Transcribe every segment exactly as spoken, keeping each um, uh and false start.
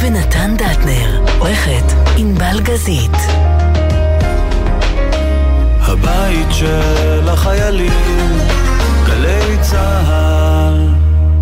ונתן דטנר, עורכת ענבל גזית. הבית של החיילים, גלי צהל.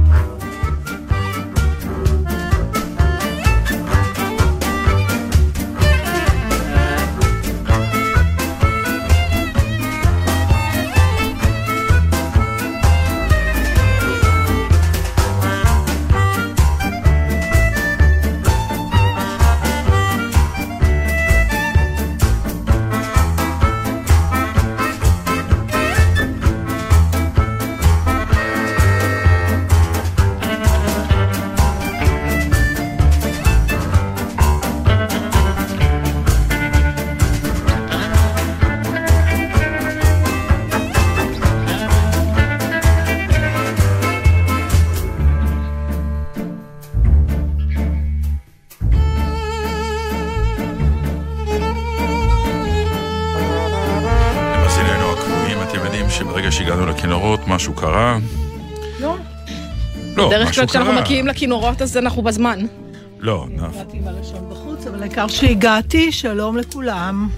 משהו קרה? לא. לא, בדרך משהו כלל כשאנחנו קרה. מגיעים לכינורות אז אנחנו בזמן. לא, נף. הגעתי בלשון בחוץ, אבל העיקר שהגעתי, שלום לכולם.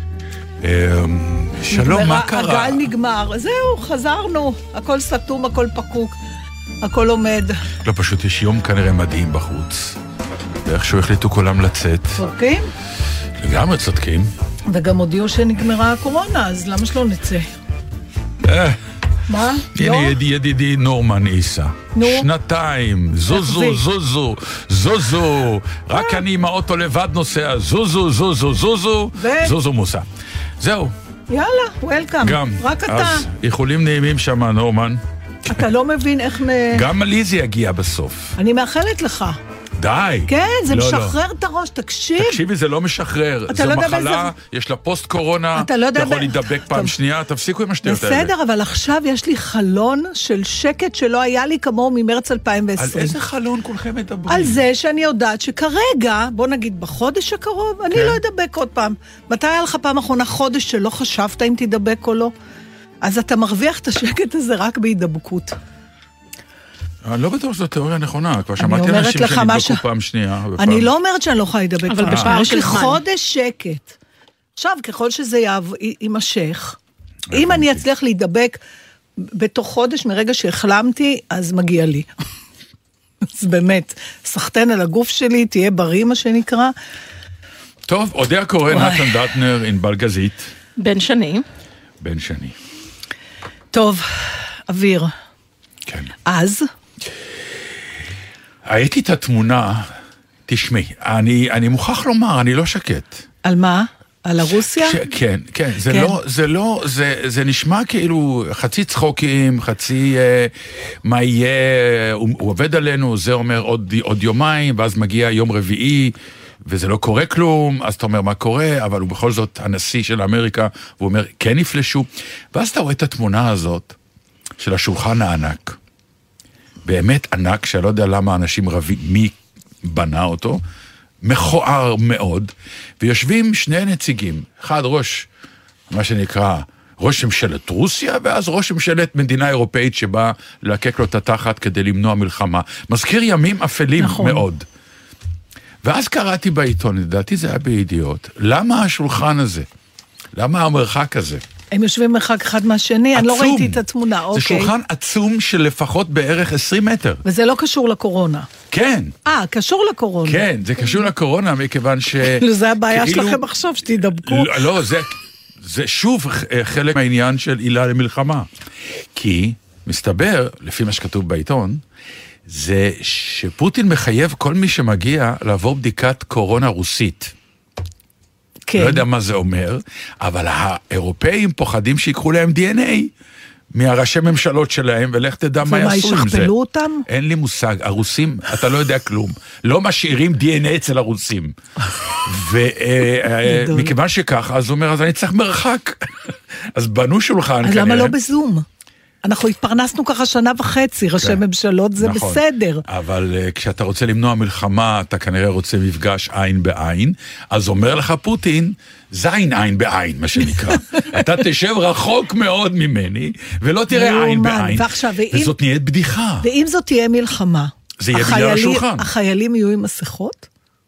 שלום, מה קרה? הגל נגמר, זהו, חזרנו, הכל סתום, הכל פקוק, הכל עומד. לא, פשוט יש יום כנראה מדהים בחוץ. ואיכשהו החליטו כולם לצאת. צודקים? לגמרי צודקים. וגם הודיעו שנגמרה הקורונה, אז למה שלא נצא? אה... מה? הנה לא? יד, ידידי נורמן איסה. נו? שנתיים, זוזו, זה? זוזו, זוזו, רק אני עם האוטו לבד נוסע, זוזו, זוזו, זוזו, ו? זוזו מוסה. זהו, יאללה, וולקאם. גם. רק אתה. אז איחולים נעימים שם, נורמן. אתה לא מבין איך מ... גם ליזי יגיע בסוף. אני מאחלת לך. די. כן, זה לא, משחרר לא. את הראש, תקשיב. תקשיבי, זה לא משחרר. אתה זו לא יודע מחלה, באיזה- יש לה פוסט קורונה, אתה לא יודע יכול ב- להידבק פעם טוב. שנייה, תפסיקו עם השטויות האלה. בסדר, אבל עכשיו יש לי חלון של שקט שלא היה לי כמוהו ממרץ אלפיים על ועשרים. איזה חלון כולכם מדברים? על זה שאני יודעת שכרגע, בוא נגיד בחודש הקרוב, אני כן. לא אדבק עוד פעם. מתי היה לך פעם אחרונה חודש שלא חשבת אם תדבק או לא? אז אתה מרוויח את השקט הזה רק בהידבקות. אני לא בטוח שזו תיאוריה נכונה, כבר שמעתי אומרת אנשים לך מה שנדבקו ש- פעם שנייה. ופעם- אני לא אומרת שאני לא יכולה להידבק אבל פעם בפער שנייה. יש של לי זמן. חודש שקט. עכשיו, ככל שזה יעב- י- יימשך, אם אני אצליח להידבק בתוך חודש מרגע שהחלמתי, אז מגיע לי. אז באמת, סחטן על הגוף שלי, תהיה בריא מה שנקרא. טוב, אודיה קורא, נתן דטנר, ענבל גזית, בן שני. בן שני. טוב, אוויר. כן. אז, ראיתי את התמונה, תשמעי, אני, אני מוכרח לומר, אני לא שקט. על מה? על הרוסיה? ש, כן, כן, זה כן. לא, זה לא, זה, זה נשמע כאילו חצי צחוקים, חצי אה, מה יהיה, הוא, הוא עובד עלינו, זה אומר עוד, עוד יומיים, ואז מגיע יום רביעי, וזה לא קורה כלום, אז אתה אומר מה קורה, אבל הוא בכל זאת הנשיא של אמריקה, והוא אומר, כן יפלשו, ואז אתה רואה את התמונה הזאת, של השולחן הענק, באמת ענק, שאני לא יודע למה אנשים רבים, מי בנה אותו, מכוער מאוד, ויושבים שני נציגים, אחד ראש, מה שנקרא, ראש ממשלת רוסיה, ואז ראש ממשלת מדינה אירופאית שבא להקק לו את התחת כדי למנוע מלחמה. מזכיר ימים אפלים נכון. מאוד. ואז קראתי בעיתון, לדעתי זה היה בידיעות, למה השולחן הזה? למה המרחק הזה? הם יושבים מרחק אחד מהשני, אני לא עצום. ראיתי את התמונה, זה אוקיי. שולחן עצום של לפחות בערך עשרים מטר. וזה לא קשור לקורונה. כן, אה, קשור לקורונה. כן, זה קשור לקורונה, מכיוון ש... זה הבעיה כאילו- שלכם עכשיו, שתדבקו. לא, לא, זה, זה שוב חלק מהעניין של עילה למלחמה. כי, מסתבר, לפי מה שכתוב בעיתון, זה שפוטין מחייב כל מי שמגיע לעבור בדיקת קורונה רוסית. כן. לא יודע מה זה אומר, אבל האירופאים פוחדים שיקחו להם די אן איי מהראשי ממשלות שלהם, ולך תדע מה ומה, יעשו עם זה. ישכפלו אותם? אין לי מושג, הרוסים, אתה לא יודע כלום. לא משאירים די אן איי אצל הרוסים. ומכיוון שכך, אז הוא אומר, אז אני צריך מרחק. אז בנו שולחן אז כנראה. למה לא בזום? אנחנו התפרנסנו ככה שנה וחצי, ראשי כן. ממשלות, זה נכון. בסדר. אבל uh, כשאתה רוצה למנוע מלחמה, אתה כנראה רוצה מפגש עין בעין, אז אומר לך פוטין, זין עין בעין, מה שנקרא. אתה תשב רחוק מאוד ממני, ולא תראה לא עין אומן. בעין. ועכשיו, ואם- וזאת נהיית בדיחה. ואם זאת תהיה מלחמה, זה יהיה בגלל החיילים- השולחן. החיילים יהיו עם מסכות?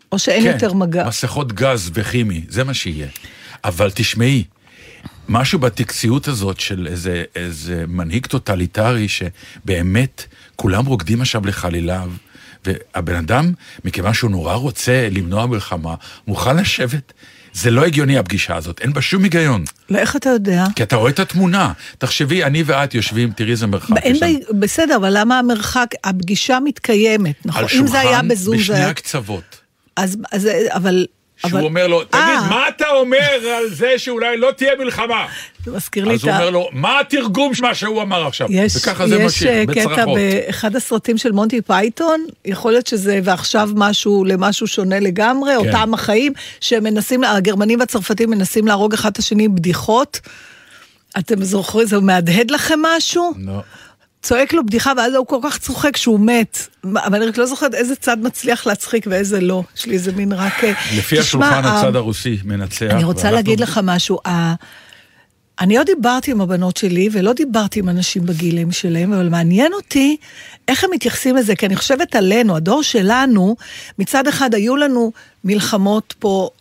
או שאין כן, יותר מגע. מסכות גז וכימי, זה מה שיהיה. אבל תשמעי, משהו בטקסיות הזאת של איזה, איזה מנהיג טוטליטרי שבאמת כולם רוקדים עכשיו לחליליו, והבן אדם, מכיוון שהוא נורא רוצה למנוע מלחמה, מוכן לשבת. זה לא הגיוני הפגישה הזאת, אין בה שום היגיון. ואיך אתה יודע? כי אתה רואה את התמונה. תחשבי, אני ואת יושבים, תראי איזה מרחק. אין ב... בסדר, אבל למה המרחק, הפגישה מתקיימת, נכון? על אם זה היה שולחן בזום, בשני זה... הקצוות. אז, אז, אבל... שהוא אבל... אומר לו, תגיד, 아, מה אתה אומר על זה שאולי לא תהיה מלחמה? זה מזכיר לי אז הוא אומר לו, מה התרגום מה שהוא אמר עכשיו? יש, וככה זה יש משאיר, בצרחות. קטע באחד הסרטים של מונטי פייתון, יכול להיות שזה, ועכשיו משהו למשהו שונה לגמרי, כן. אותם החיים, שמנסים, הגרמנים והצרפתים מנסים להרוג אחד את השני בדיחות, אתם זוכרים, זה מהדהד לכם משהו? לא. צועק לו בדיחה, ואז הוא כל כך צוחק שהוא מת. אבל אני רק לא זוכרת איזה צד מצליח להצחיק ואיזה לא. יש לי איזה מין רק... לפי השולחן הצד הרוסי מנצח. אני רוצה להגיד לך משהו. אני עוד דיברתי עם הבנות שלי, ולא דיברתי עם אנשים בגילים שלהם, אבל מעניין אותי איך הם מתייחסים לזה, כי אני חושבת עלינו, הדור שלנו, מצד אחד היו לנו מלחמות פה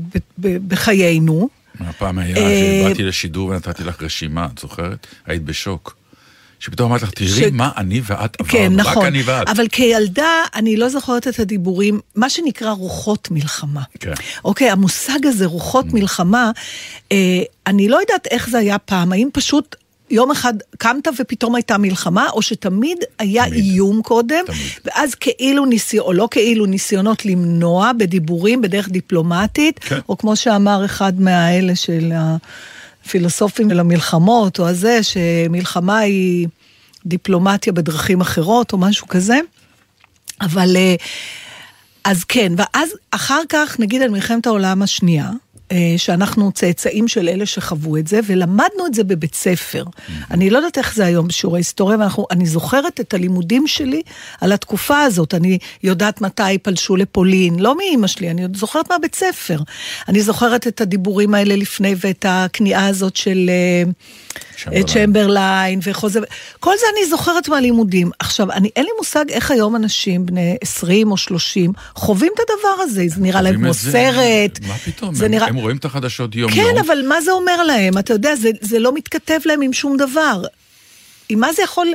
בחיינו. הפעם היה שבאתי לשידור ונתתי לך רשימה, את זוכרת? היית בשוק. שפתאום אמרת לך, תראי מה אני ואת עברנו, רק אני ואת. אבל כילדה, אני לא זוכרת את הדיבורים, מה שנקרא רוחות מלחמה. כן. אוקיי, המושג הזה, רוחות מלחמה, אני לא יודעת איך זה היה פעם, האם פשוט יום אחד קמת ופתאום הייתה מלחמה, או שתמיד היה איום קודם, ואז כאילו ניסיונות, או לא כאילו ניסיונות למנוע בדיבורים, בדרך דיפלומטית, או כמו שאמר אחד מהאלה של ה... פילוסופים של המלחמות, או הזה, שמלחמה היא דיפלומטיה בדרכים אחרות, או משהו כזה. אבל, אז כן, ואז אחר כך, נגיד על מלחמת העולם השנייה, שאנחנו צאצאים של אלה שחוו את זה, ולמדנו את זה בבית ספר. אני לא יודעת איך זה היום בשיעורי היסטוריה, ואני זוכרת את הלימודים שלי על התקופה הזאת. אני יודעת מתי פלשו לפולין, לא מאמא שלי, אני זוכרת מהבית ספר. אני זוכרת את הדיבורים האלה לפני, ואת הכניעה הזאת של צ'מברליין, וחוזה... כל זה אני זוכרת מהלימודים. עכשיו, אני, אין לי מושג איך היום אנשים, בני עשרים או שלושים, חווים את הדבר הזה. זה נראה להם כמו סרט. מה פתאום? זה נראה... הם רואים את החדשות יום כן, יום. כן, אבל מה זה אומר להם? אתה יודע, זה, זה לא מתכתב להם עם שום דבר. עם מה זה יכול...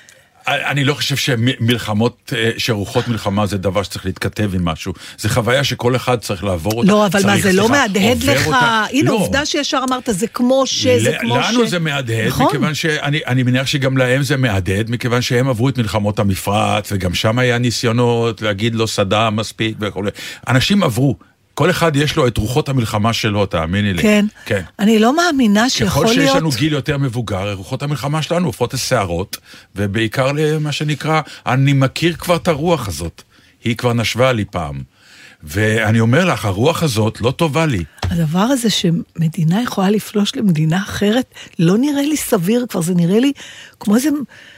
אני לא חושב שמלחמות, שרוחות מלחמה זה דבר שצריך להתכתב עם משהו. זה חוויה שכל אחד צריך לעבור אותה. לא, אבל מה, זה לא מהדהד לך? אותה. הנה, לא. עובדה שישר אמרת, זה כמו ש... זה כמו ש... לנו זה מהדהד, נכון? מכיוון שאני אני מניח שגם להם זה מהדהד, מכיוון שהם עברו את מלחמות המפרץ, וגם שם היה ניסיונות להגיד לו סדאם מספיק וכו'. אנשים עברו. כל אחד יש לו את רוחות המלחמה שלו, תאמיני לי. כן. כן. אני לא מאמינה שיכול להיות... ככל שיש לנו גיל יותר מבוגר, רוחות המלחמה שלנו הופכות לסערות, ובעיקר למה שנקרא, אני מכיר כבר את הרוח הזאת. היא כבר נשבה לי פעם. ואני אומר לך, הרוח הזאת לא טובה לי. הדבר הזה שמדינה יכולה לפלוש למדינה אחרת, לא נראה לי סביר כבר, זה נראה לי כמו איזה...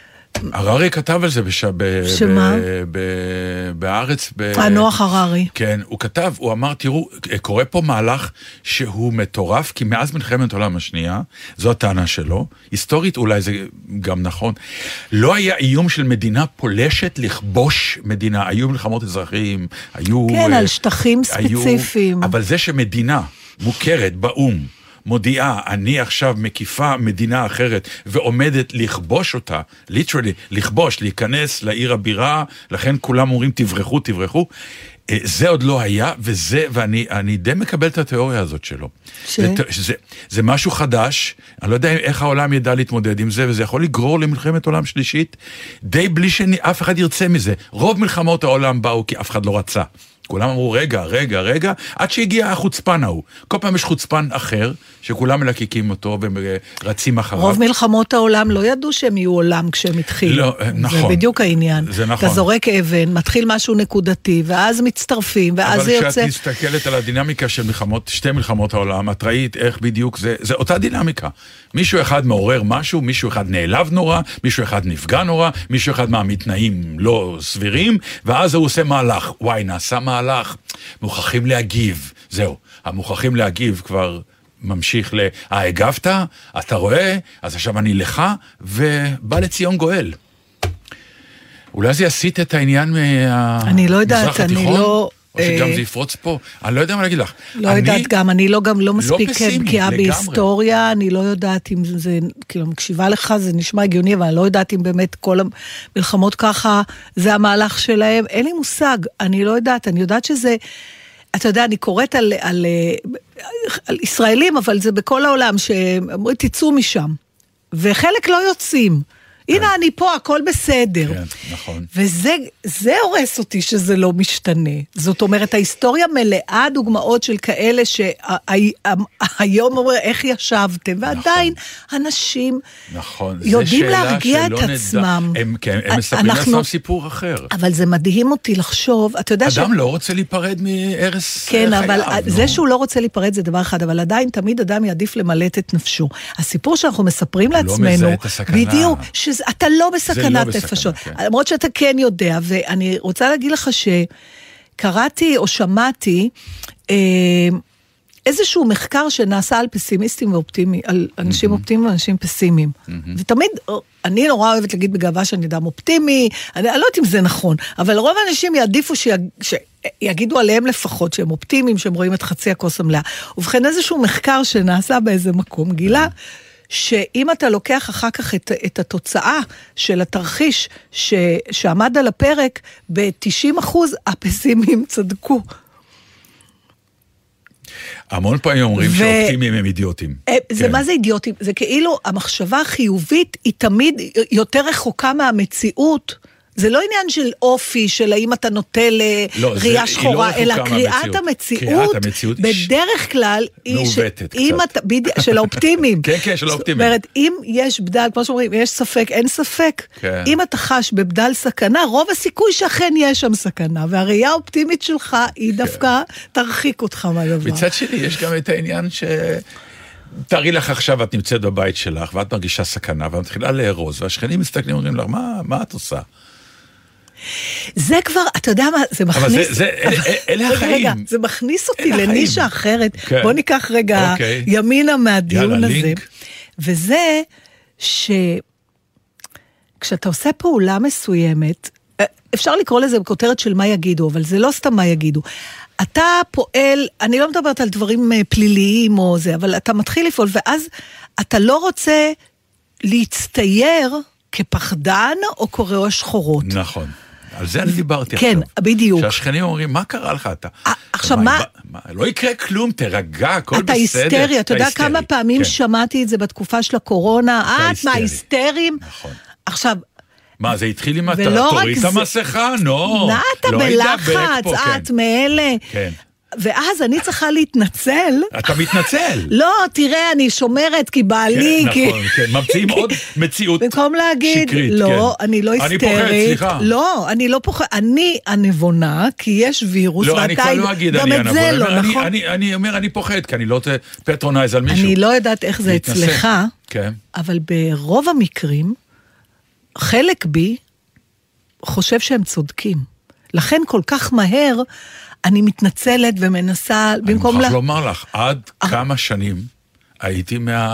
הררי כתב על זה בש... ב... שמה? ב... ב... בארץ. ב... הנוח הררי. כן, הוא כתב, הוא אמר, תראו, קורה פה מהלך שהוא מטורף, כי מאז מלחמת העולם השנייה, זו הטענה שלו, היסטורית אולי זה גם נכון, לא היה איום של מדינה פולשת לכבוש מדינה, היו מלחמות אזרחיים, היו... כן, על שטחים ספציפיים. היו... אבל זה שמדינה מוכרת באום, מודיעה, אני עכשיו מקיפה מדינה אחרת, ועומדת לכבוש אותה, literally, לכבוש, להיכנס לעיר הבירה, לכן כולם אומרים, תברחו, תברחו, זה עוד לא היה, וזה, ואני אני די מקבל את התיאוריה הזאת שלו. ש? זה, זה, זה משהו חדש, אני לא יודע איך העולם ידע להתמודד עם זה, וזה יכול לגרור למלחמת עולם שלישית, די בלי שאף אחד ירצה מזה. רוב מלחמות העולם באו כי אף אחד לא רצה. כולם אמרו, רגע, רגע, רגע, עד שהגיע החוצפן ההוא. כל פעם יש חוצפן אחר, שכולם מלקיקים אותו ורצים אחריו. רוב מלחמות העולם לא ידעו שהם יהיו עולם כשהם התחילו. לא, נכון. זה בדיוק העניין. זה נכון. אתה זורק אבן, מתחיל משהו נקודתי, ואז מצטרפים, ואז זה יוצא... אבל כשאת מסתכלת על הדינמיקה של מלחמות, שתי מלחמות העולם, את ראית איך בדיוק זה, זה אותה דינמיקה. מישהו אחד מעורר משהו, מישהו אחד נעלב נורא, מישהו אחד נפגע נורא, מישהו אחד מהמתנאים לא סבירים, ואז הוא עושה מהלך. וואי, נעשה מהלך. מוכרחים להגיב. זהו. המוכרחים להגיב כבר ממשיך ל... אה, הגבת? אתה רואה? אז עכשיו אני לך, ובא לציון גואל. אולי זה יסיט את העניין מהמזרח התיכון? אני לא יודעת, אני לא... או שגם זה יפרוץ פה. אני לא יודע מה להגיד לך. לא יודעת גם, אני לא גם לא מספיק בקיאה בהיסטוריה, אני לא יודעת אם זה, כאילו, מקשיבה לך, זה נשמע הגיוני, אבל אני לא יודעת אם באמת כל המלחמות ככה, זה המהלך שלהם. אין לי מושג, אני לא יודעת, אני יודעת שזה, אתה יודע, אני קוראת על, על, על ישראלים, אבל זה בכל העולם, שאומרים, תצאו משם. וחלק לא יוצאים. הנה אני פה, הכל בסדר. כן, נכון. וזה זה הורס אותי שזה לא משתנה. זאת אומרת, ההיסטוריה מלאה דוגמאות של כאלה שהיום אומר איך ישבתם, ועדיין אנשים יודעים להרגיע את עצמם. הם מספרים לעצמם סיפור אחר. אבל זה מדהים אותי לחשוב, אתה יודע ש... אדם לא רוצה להיפרד מערס חייו. כן, אבל זה שהוא לא רוצה להיפרד זה דבר אחד, אבל עדיין תמיד אדם יעדיף למלט את נפשו. הסיפור שאנחנו מספרים לעצמנו, לא מזהה את הסכנה. בדיוק, אתה לא בסכנת נפשות, למרות שאתה כן יודע, ואני רוצה להגיד לך שקראתי או שמעתי איזשהו מחקר שנעשה על פסימיסטים ואופטימיים, על אנשים אופטימיים ואנשים פסימיים, ותמיד, אני נורא אוהבת להגיד בגאווה שאני אדם אופטימי, אני לא יודעת אם זה נכון, אבל רוב האנשים יעדיפו שיגידו עליהם לפחות שהם אופטימיים, שהם רואים את חצי הכוס המלאה, ובכן איזשהו מחקר שנעשה באיזה מקום, גילה, שאם אתה לוקח אחר כך את, את התוצאה של התרחיש ש, שעמד על הפרק, ב-תשעים אחוז הפסימים צדקו. המון פעמים אומרים ו... שאופטימיים הם אידיוטים. זה כן. מה זה אידיוטים? זה כאילו המחשבה החיובית היא תמיד יותר רחוקה מהמציאות, זה לא עניין של אופי, של האם אתה נוטה לראייה שחורה, אלא קריאת המציאות, בדרך כלל, מעוותת קצת. של האופטימיים. כן, כן, של האופטימיים. זאת אומרת, אם יש בדל, כמו שאומרים, יש ספק, אין ספק, אם אתה חש בבדל סכנה, רוב הסיכוי שאכן יש שם סכנה, והראייה האופטימית שלך היא דווקא תרחיק אותך מהדבר. מצד שני, יש גם את העניין ש... תארי לך עכשיו, את נמצאת בבית שלך, ואת מרגישה סכנה, ואת מתחילה להירוז, והשכנים מסתכלים ואומרים לך, מה את עושה? זה כבר, אתה יודע מה, זה מכניס... אבל זה, אלה החיים. רגע, זה מכניס אותי לנישה אחרת. בוא ניקח רגע ימינה מהדיון הזה. וזה שכשאתה עושה פעולה מסוימת, אפשר לקרוא לזה בכותרת של מה יגידו, אבל זה לא סתם מה יגידו. אתה פועל, אני לא מדברת על דברים פליליים או זה, אבל אתה מתחיל לפעול, ואז אתה לא רוצה להצטייר כפחדן או קורא שחורות. נכון. על זה אני דיברתי כן, עכשיו. כן, בדיוק. שהשכנים אומרים, מה קרה לך אתה? עכשיו מה? לא יקרה כלום, תרגע, הכל בסדר. אתה היסטרי, אתה יודע כמה פעמים שמעתי את זה בתקופה של הקורונה, את מההיסטרים? נכון. עכשיו, מה, זה התחיל עם אתה, תוריד את המסכה? נו, מה אתה בלחץ, את מאלה. כן. ואז אני צריכה להתנצל. אתה מתנצל. לא, תראה, אני שומרת כי בעלי. נכון, כן, ממציאים עוד מציאות שקרית. במקום להגיד, לא, אני לא היסטרית. אני פוחד, סליחה. לא, אני לא פוחד, אני הנבונה, כי יש וירוס, לא, אני כבר לא אגיד, גם את זה לא, נכון? אני אומר, אני פוחד, כי אני לא פטרונייז על מישהו. אני לא יודעת איך זה אצלך, אבל ברוב המקרים, חלק בי חושב שהם צודקים. לכן כל כך מהר, אני מתנצלת ומנסה, במקום... אני מוכרח לומר לך, עד כמה שנים הייתי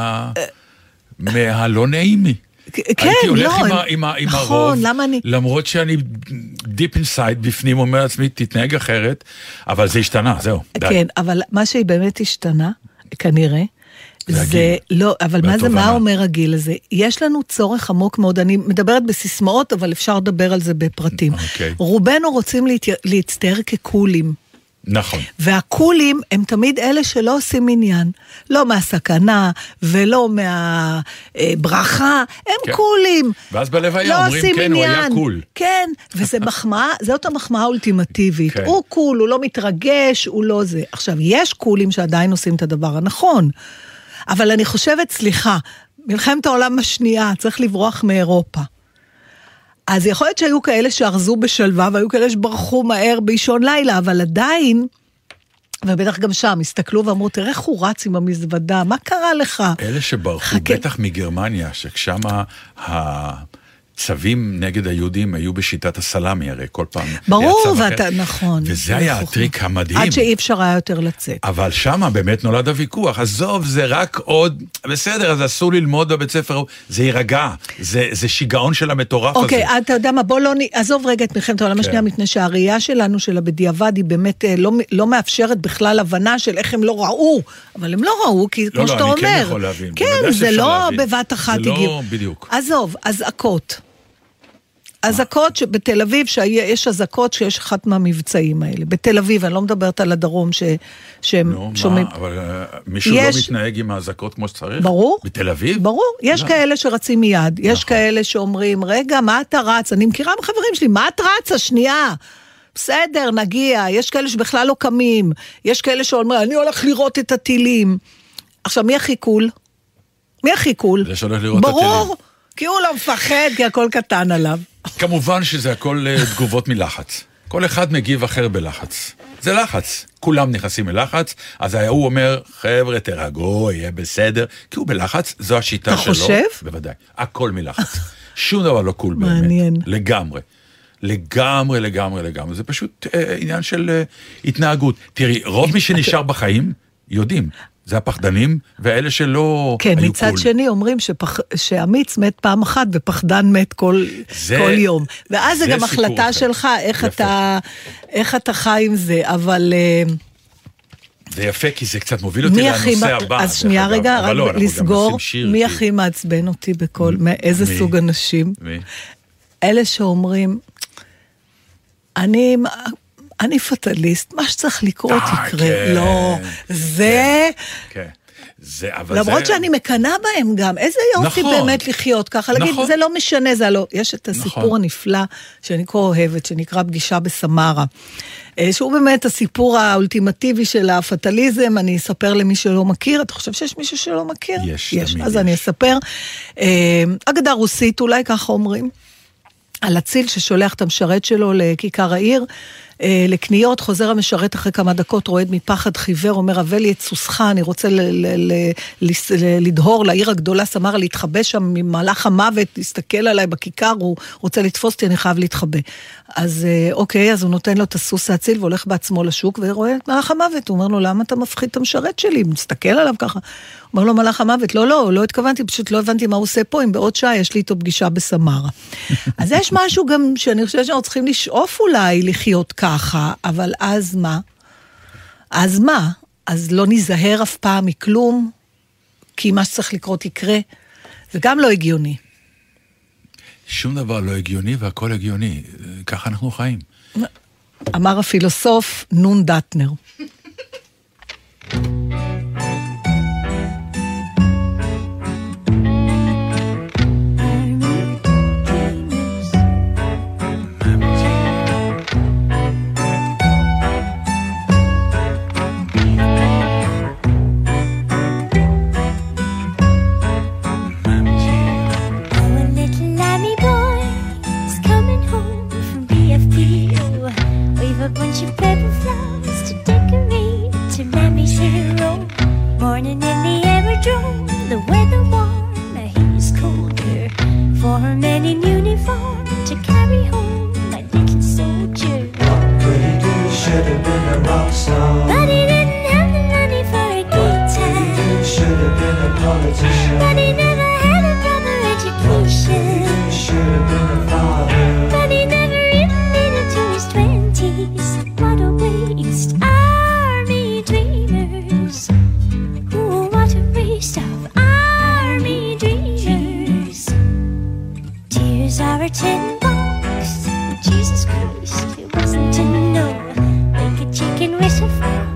מהלא נעימי. כן, הייתי הולך לא, עם נכון, הרוב, למה אני... למרות שאני דיפ אינסייד בפנים, אומר לעצמי, תתנהג אחרת, אבל זה השתנה, זהו. כן, אבל מה שהיא באמת השתנה, כנראה, זה לא, אבל מה זה, מה אומר הגיל הזה? יש לנו צורך עמוק מאוד, אני מדברת בסיסמאות, אבל אפשר לדבר על זה בפרטים. רובנו רוצים להצטער כקולים. נכון. והקולים הם תמיד אלה שלא עושים עניין. לא מהסכנה ולא מהברכה, הם קולים. ואז בלוויה אומרים, כן, הוא היה קול. כן, וזה מחמאה, זאת המחמאה האולטימטיבית. הוא קול, הוא לא מתרגש, הוא לא זה. עכשיו, יש קולים שעדיין עושים את הדבר הנכון. אבל אני חושבת, סליחה, מלחמת העולם השנייה, צריך לברוח מאירופה. אז יכול להיות שהיו כאלה שארזו בשלווה, והיו כאלה שברחו מהר באישון לילה, אבל עדיין, ובטח גם שם, הסתכלו ואמרו, תראה איך הוא רץ עם המזוודה, מה קרה לך? אלה שברחו, בטח מגרמניה, ששם צווים נגד היהודים היו בשיטת הסלאמי, הרי כל פעם. ברור, ואתה, נכון. וזה היה הטריק המדהים. עד שאי אפשר היה יותר לצאת. אבל שמה באמת נולד הוויכוח, עזוב, זה רק עוד, בסדר, אז אסור ללמוד בבית ספר, זה יירגע, זה, זה שיגעון של המטורף אוקיי, הזה. אוקיי, אתה יודע מה, בוא לא, עזוב רגע את מלחמת העולם השנייה, מפני שהראייה שלנו, של הבדיעבד, היא באמת לא, לא מאפשרת בכלל הבנה של איך הם לא ראו, אבל הם לא ראו, כי כמו שאתה אומר. לא, לא, אני כן יכול להבין. כן, זה לא בבת אחת הגיעו. זה לא בדיוק. עזוב, אזעקות. אזעקות שבתל אביב, שיש אזעקות שיש אחת מהמבצעים האלה. בתל אביב, אני לא מדברת על הדרום שהם שומעים. אבל מישהו לא מתנהג עם האזעקות כמו שצריך? ברור. בתל אביב? ברור. יש כאלה שרצים מיד. יש כאלה שאומרים, רגע, מה אתה רץ? אני מכירה מחברים שלי, מה את רצה? שנייה. בסדר, נגיע. יש כאלה שבכלל לא קמים. יש כאלה שאומרים, אני הולך לראות את הטילים. עכשיו, מי הכי קול? מי הכי קול? זה שהולך לראות את הטילים. ברור. כי הוא לא מפחד, כי הכל קטן עליו. כמובן שזה הכל תגובות מלחץ. כל אחד מגיב אחר בלחץ. זה לחץ. כולם נכנסים ללחץ, אז הוא אומר, חבר'ה, תרגעו, יהיה בסדר, כי הוא בלחץ, זו השיטה אתה שלו. אתה חושב? בוודאי. הכל מלחץ. שום דבר לא קול באמת. מעניין. לגמרי. לגמרי, לגמרי, לגמרי. זה פשוט אה, עניין של אה, התנהגות. תראי, רוב מי שנשאר בחיים, יודעים. זה הפחדנים, ואלה שלא כן, היו מצד קול. שני אומרים שפח... שאמיץ מת פעם אחת, ופחדן מת כל, זה, כל יום. ואז זה, זה גם החלטה אחר. שלך, איך אתה, איך אתה חי עם זה, אבל... זה יפה, כי זה קצת מוביל אותי לנושא הבא. אז שנייה רגע, רק לא, לסגור, מי הכי מעצבן אותי בכל, מאיזה מי? סוג אנשים? מי? אלה שאומרים, אני... אני פטליסט, מה שצריך לקרות יקרה. לא, זה... כן, זה, אבל זה... למרות שאני מקנה בהם גם, איזה יופי באמת לחיות ככה, להגיד, זה לא משנה, זה לא... יש את הסיפור הנפלא, שאני כה אוהבת, שנקרא פגישה בסמרה, שהוא באמת הסיפור האולטימטיבי של הפטליזם, אני אספר למי שלא מכיר, אתה חושב שיש מישהו שלא מכיר? יש, יש, אז אני אספר. אגדה רוסית, אולי ככה אומרים, על הציל ששולח את המשרת שלו לכיכר העיר, לקניות, חוזר המשרת אחרי כמה דקות, רועד מפחד חיוור, אומר, אבל לי את סוסך, אני רוצה ל- ל- ל- ל- לדהור לעיר הגדולה, סמרה, להתחבא שם ממהלך המוות, להסתכל עליי בכיכר, הוא רוצה לתפוס אותי, אני חייב להתחבא. אז אוקיי, אז הוא נותן לו את הסוס להציל, והולך בעצמו לשוק, ורואה את מלאך המוות, הוא אומר לו, למה אתה מפחיד את המשרת שלי? מסתכל עליו ככה. הוא אומר לו, מלאך המוות, לא, לא, לא התכוונתי, פשוט לא הבנתי מה הוא עושה פה, אם בעוד שעה יש לי איתו פגישה בסמרה. אז יש משהו גם שאני חושבת שאנחנו צריכים לשאוף אולי לחיות ככה, אבל אז מה? אז מה? אז לא ניזהר אף פעם מכלום, כי מה שצריך לקרות יקרה. זה גם לא הגיוני. שום דבר לא הגיוני והכל הגיוני. ככה אנחנו חיים. אמר הפילוסוף נון דטנר. Jesus Christ, it wasn't to know, like a chicken whistle from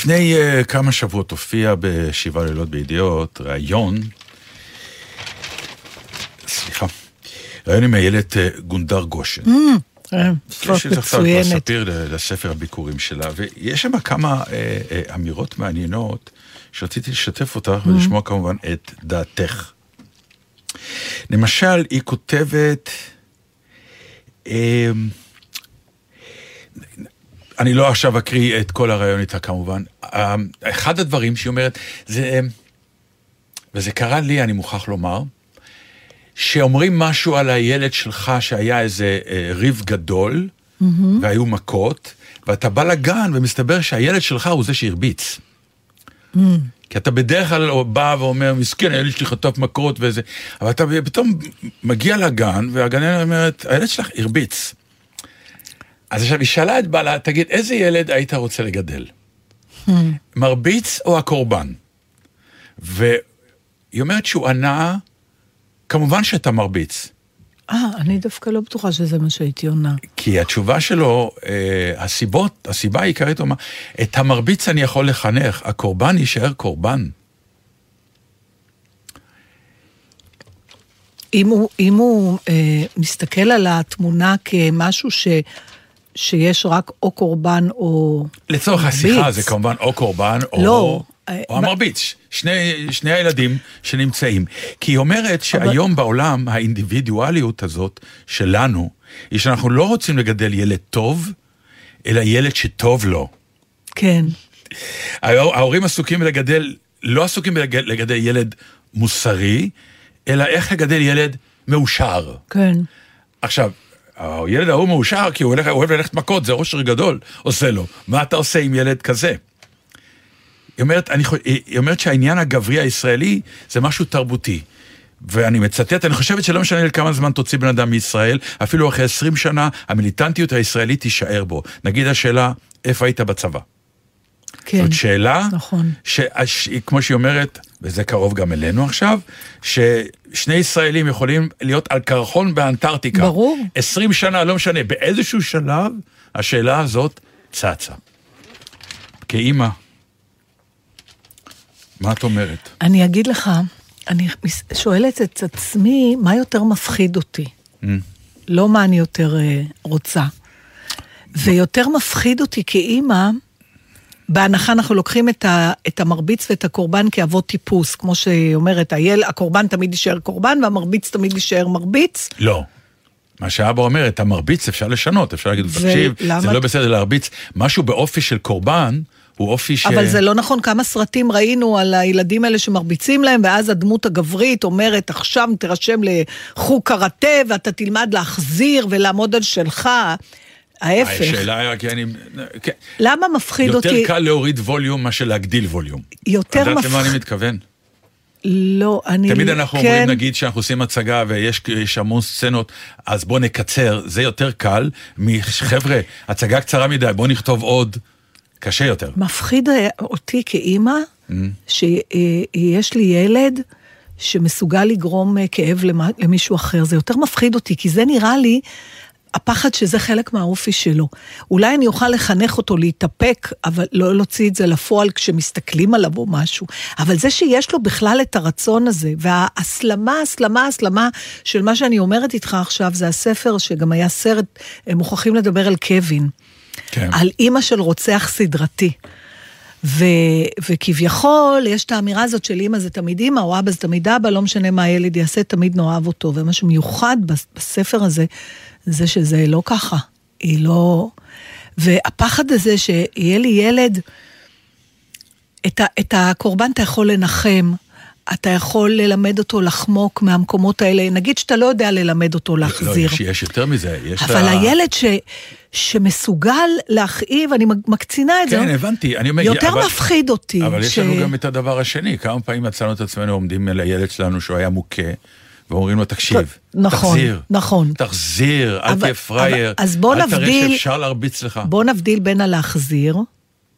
לפני uh, כמה שבועות הופיע בשבעה לילות בידיעות, ראיון, סליחה, ראיון עם הילד uh, גונדר גושן. יש את מצוינת. ספיר לספר הביקורים שלה, ויש שם כמה uh, uh, אמירות מעניינות, שרציתי לשתף אותך ולשמוע כמובן את דעתך. למשל, היא כותבת, אני לא עכשיו אקריא את כל הרעיון איתה כמובן, אחד הדברים שהיא אומרת, זה, וזה קרה לי, אני מוכרח לומר, שאומרים משהו על הילד שלך שהיה איזה ריב גדול, והיו מכות, ואתה בא לגן ומסתבר שהילד שלך הוא זה שהרביץ. כי אתה בדרך כלל בא ואומר, מסכן, הילד שלי חטוף מכות וזה, אבל אתה פתאום מגיע לגן, והגננת אומרת, הילד שלך הרביץ. אז עכשיו היא שאלה את בעלה, תגיד, איזה ילד היית רוצה לגדל? מרביץ או הקורבן? והיא אומרת שהוא ענה, כמובן שאתה מרביץ. אה, אני דווקא לא בטוחה שזה מה שהייתי עונה. כי התשובה שלו, אה, הסיבות, הסיבה העיקרית אומר, את המרביץ אני יכול לחנך, הקורבן יישאר קורבן. אם הוא, אם הוא אה, מסתכל על התמונה כמשהו ש, שיש רק או קורבן או לצורך מרביץ. השיחה זה כמובן או קורבן או, לא, או המרביץ. שני, שני הילדים שנמצאים. כי היא אומרת שהיום אבל... בעולם האינדיבידואליות הזאת שלנו, היא שאנחנו לא רוצים לגדל ילד טוב, אלא ילד שטוב לו. כן. ההורים עסוקים לגדל, לא עסוקים לגדל, לגדל ילד מוסרי, אלא איך לגדל ילד מאושר. כן. עכשיו, הילד ההוא מאושר כי הוא אוהב ללכת מכות, זה ראשר גדול, עושה לו. מה אתה עושה עם ילד כזה? היא אומרת, אני, היא אומרת שהעניין הגברי הישראלי זה משהו תרבותי. ואני מצטט, אני חושבת שלא משנה לכמה זמן תוציא בן אדם מישראל, אפילו אחרי עשרים שנה, המיליטנטיות הישראלית תישאר בו. נגיד השאלה, איפה היית בצבא? כן. זאת שאלה, נכון. שכמו שהיא אומרת, וזה קרוב גם אלינו עכשיו, ששני ישראלים יכולים להיות על קרחון באנטארקטיקה. ברור. עשרים שנה, לא משנה, באיזשהו שלב, השאלה הזאת צצה. כאמא, מה את אומרת? אני אגיד לך, אני שואלת את עצמי, מה יותר מפחיד אותי? Mm. לא מה אני יותר uh, רוצה. ויותר מפחיד אותי כאמא, בהנחה אנחנו לוקחים את, ה, את המרביץ ואת הקורבן כאבות טיפוס, כמו שהיא אומרת, היל, הקורבן תמיד יישאר קורבן, והמרביץ תמיד יישאר מרביץ. לא. מה שאבא אומר, את המרביץ אפשר לשנות, אפשר להגיד, תקשיב, זה לא בסדר להרביץ. משהו באופי של קורבן, הוא אופי ש... אבל זה לא נכון, כמה סרטים ראינו על הילדים האלה שמרביצים להם, ואז הדמות הגברית אומרת, עכשיו תרשם לחוג קראטה, ואתה תלמד להחזיר ולעמוד על שלך. ההפך. השאלה היא רק, אני... למה מפחיד אותי... יותר קל להוריד ווליום מאשר להגדיל ווליום. יותר מפחיד... יודעת למה אני מתכוון? לא, אני... תמיד אנחנו כן. אומרים, נגיד, שאנחנו עושים הצגה ויש המון סצנות, אז בוא נקצר, זה יותר קל מחבר'ה, הצגה קצרה מדי, בוא נכתוב עוד, קשה יותר. מפחיד אותי כאימא, mm. שיש לי ילד שמסוגל לגרום כאב למישהו אחר, זה יותר מפחיד אותי, כי זה נראה לי... הפחד שזה חלק מהאופי שלו. אולי אני אוכל לחנך אותו להתאפק, אבל לא להוציא את זה לפועל כשמסתכלים עליו או משהו. אבל זה שיש לו בכלל את הרצון הזה, וההסלמה, הסלמה, הסלמה של מה שאני אומרת איתך עכשיו, זה הספר שגם היה סרט, הם מוכרחים לדבר על קווין. כן. על אמא של רוצח סדרתי. ו, וכביכול יש את האמירה הזאת של אמא זה תמיד אמא, או אבא זה תמיד אבא, לא משנה מה הילד יעשה, תמיד נאהב אותו. ומה שמיוחד בספר הזה, זה שזה לא ככה. היא לא... והפחד הזה שיהיה לי ילד, את, ה, את הקורבן אתה יכול לנחם, אתה יכול ללמד אותו לחמוק מהמקומות האלה, נגיד שאתה לא יודע ללמד אותו להחזיר. לא, יש, יש יותר מזה. יש אבל ה... הילד ש... שמסוגל להכאיב, אני מקצינה את זה. כן, הבנתי. אני אומר, יותר אבל, מפחיד אותי. אבל ש... יש לנו גם את הדבר השני. כמה פעמים מצאנו את עצמנו עומדים לילד שלנו שהוא היה מוכה, ואומרים לו, תקשיב, נכון, תחזיר. נכון. תחזיר, אל תהיה פרייר. אז בוא אל נבדיל, תראה שאפשר להרביץ לך. בוא נבדיל בין הלהחזיר,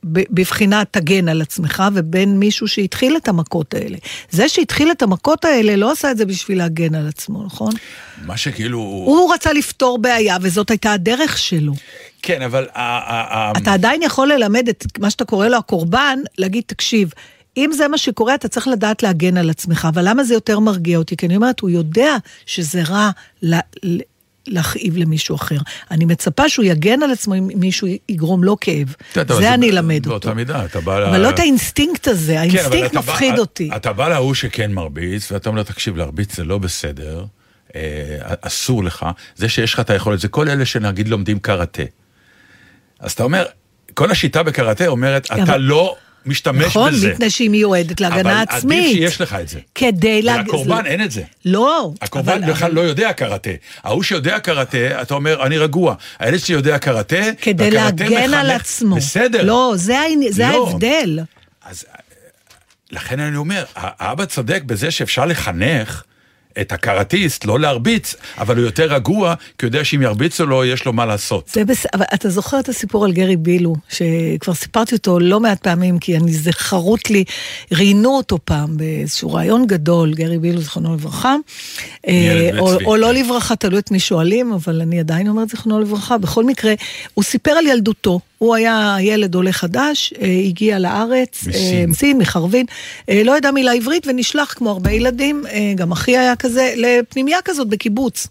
בבחינת תגן על עצמך, ובין מישהו שהתחיל את המכות האלה. זה שהתחיל את המכות האלה, לא עשה את זה בשביל להגן על עצמו, נכון? מה שכאילו... הוא רצה לפתור בעיה, וזאת הייתה הדרך שלו. כן, אבל... אתה עדיין יכול ללמד את מה שאתה קורא לו הקורבן, להגיד, תקשיב, אם זה מה שקורה, אתה צריך לדעת להגן על עצמך, אבל למה זה יותר מרגיע אותי? כי אני אומרת, הוא יודע שזה רע להכאיב למישהו אחר. אני מצפה שהוא יגן על עצמו אם מישהו יגרום לו כאב. זה אני אלמד אותו. אבל לא את האינסטינקט הזה, האינסטינקט מפחיד אותי. אתה בא להוא שכן מרביץ, ואתה אומר, תקשיב, להרביץ זה לא בסדר, אסור לך, זה שיש לך את היכולת, זה כל אלה שנגיד לומדים קראטה. אז אתה אומר, כל השיטה בקראטה אומרת, אתה לא... משתמש נכון, בזה. נכון, מפני שהיא מיועדת להגנה עצמית. אבל עדיף שיש לך את זה. כדי להג... והקורבן אין את זה. לא. הקורבן אבל... בכלל לא יודע קראטה. ההוא שיודע קראטה, אתה אומר, אני רגוע. הילד שיודע קראטה, כדי להגן על עצמו. בסדר. לא, זה, זה לא. ההבדל. אז לכן אני אומר, האבא צודק בזה שאפשר לחנך את הקראטיסט, לא להרביץ, אבל הוא יותר רגוע, כי הוא יודע שאם ירביצו לו, יש לו מה לעשות. זה בס... אבל אתה זוכר את הסיפור על גרי בילו, שכבר סיפרתי אותו לא מעט פעמים, כי אני זכרות לי, ראינו אותו פעם באיזשהו רעיון גדול, גרי בילו, זכרונו לברכה, או, או לא לברכה, תלוי את מי שואלים, אבל אני עדיין אומרת זכרונו לברכה, בכל מקרה, הוא סיפר על ילדותו, הוא היה ילד עולה חדש, הגיע לארץ, מסין, מסין מחרבין, לא ידע מילה עברית ונשלח כמו הרבה ילדים, גם אחי היה כזה, לפנימיה כזאת בקיבוץ.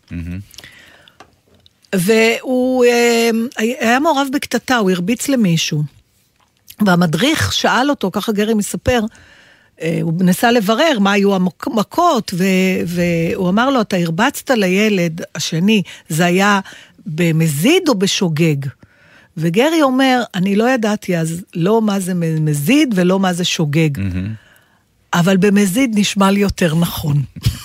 והוא היה מעורב בקטטה, הוא הרביץ למישהו. והמדריך שאל אותו, ככה גרי מספר, הוא נסע לברר מה היו המכות, והוא אמר לו, אתה הרבצת לילד השני, זה היה במזיד או בשוגג? וגרי אומר, אני לא ידעתי אז לא מה זה מזיד ולא מה זה שוגג. אבל במזיד נשמע לי יותר נכון.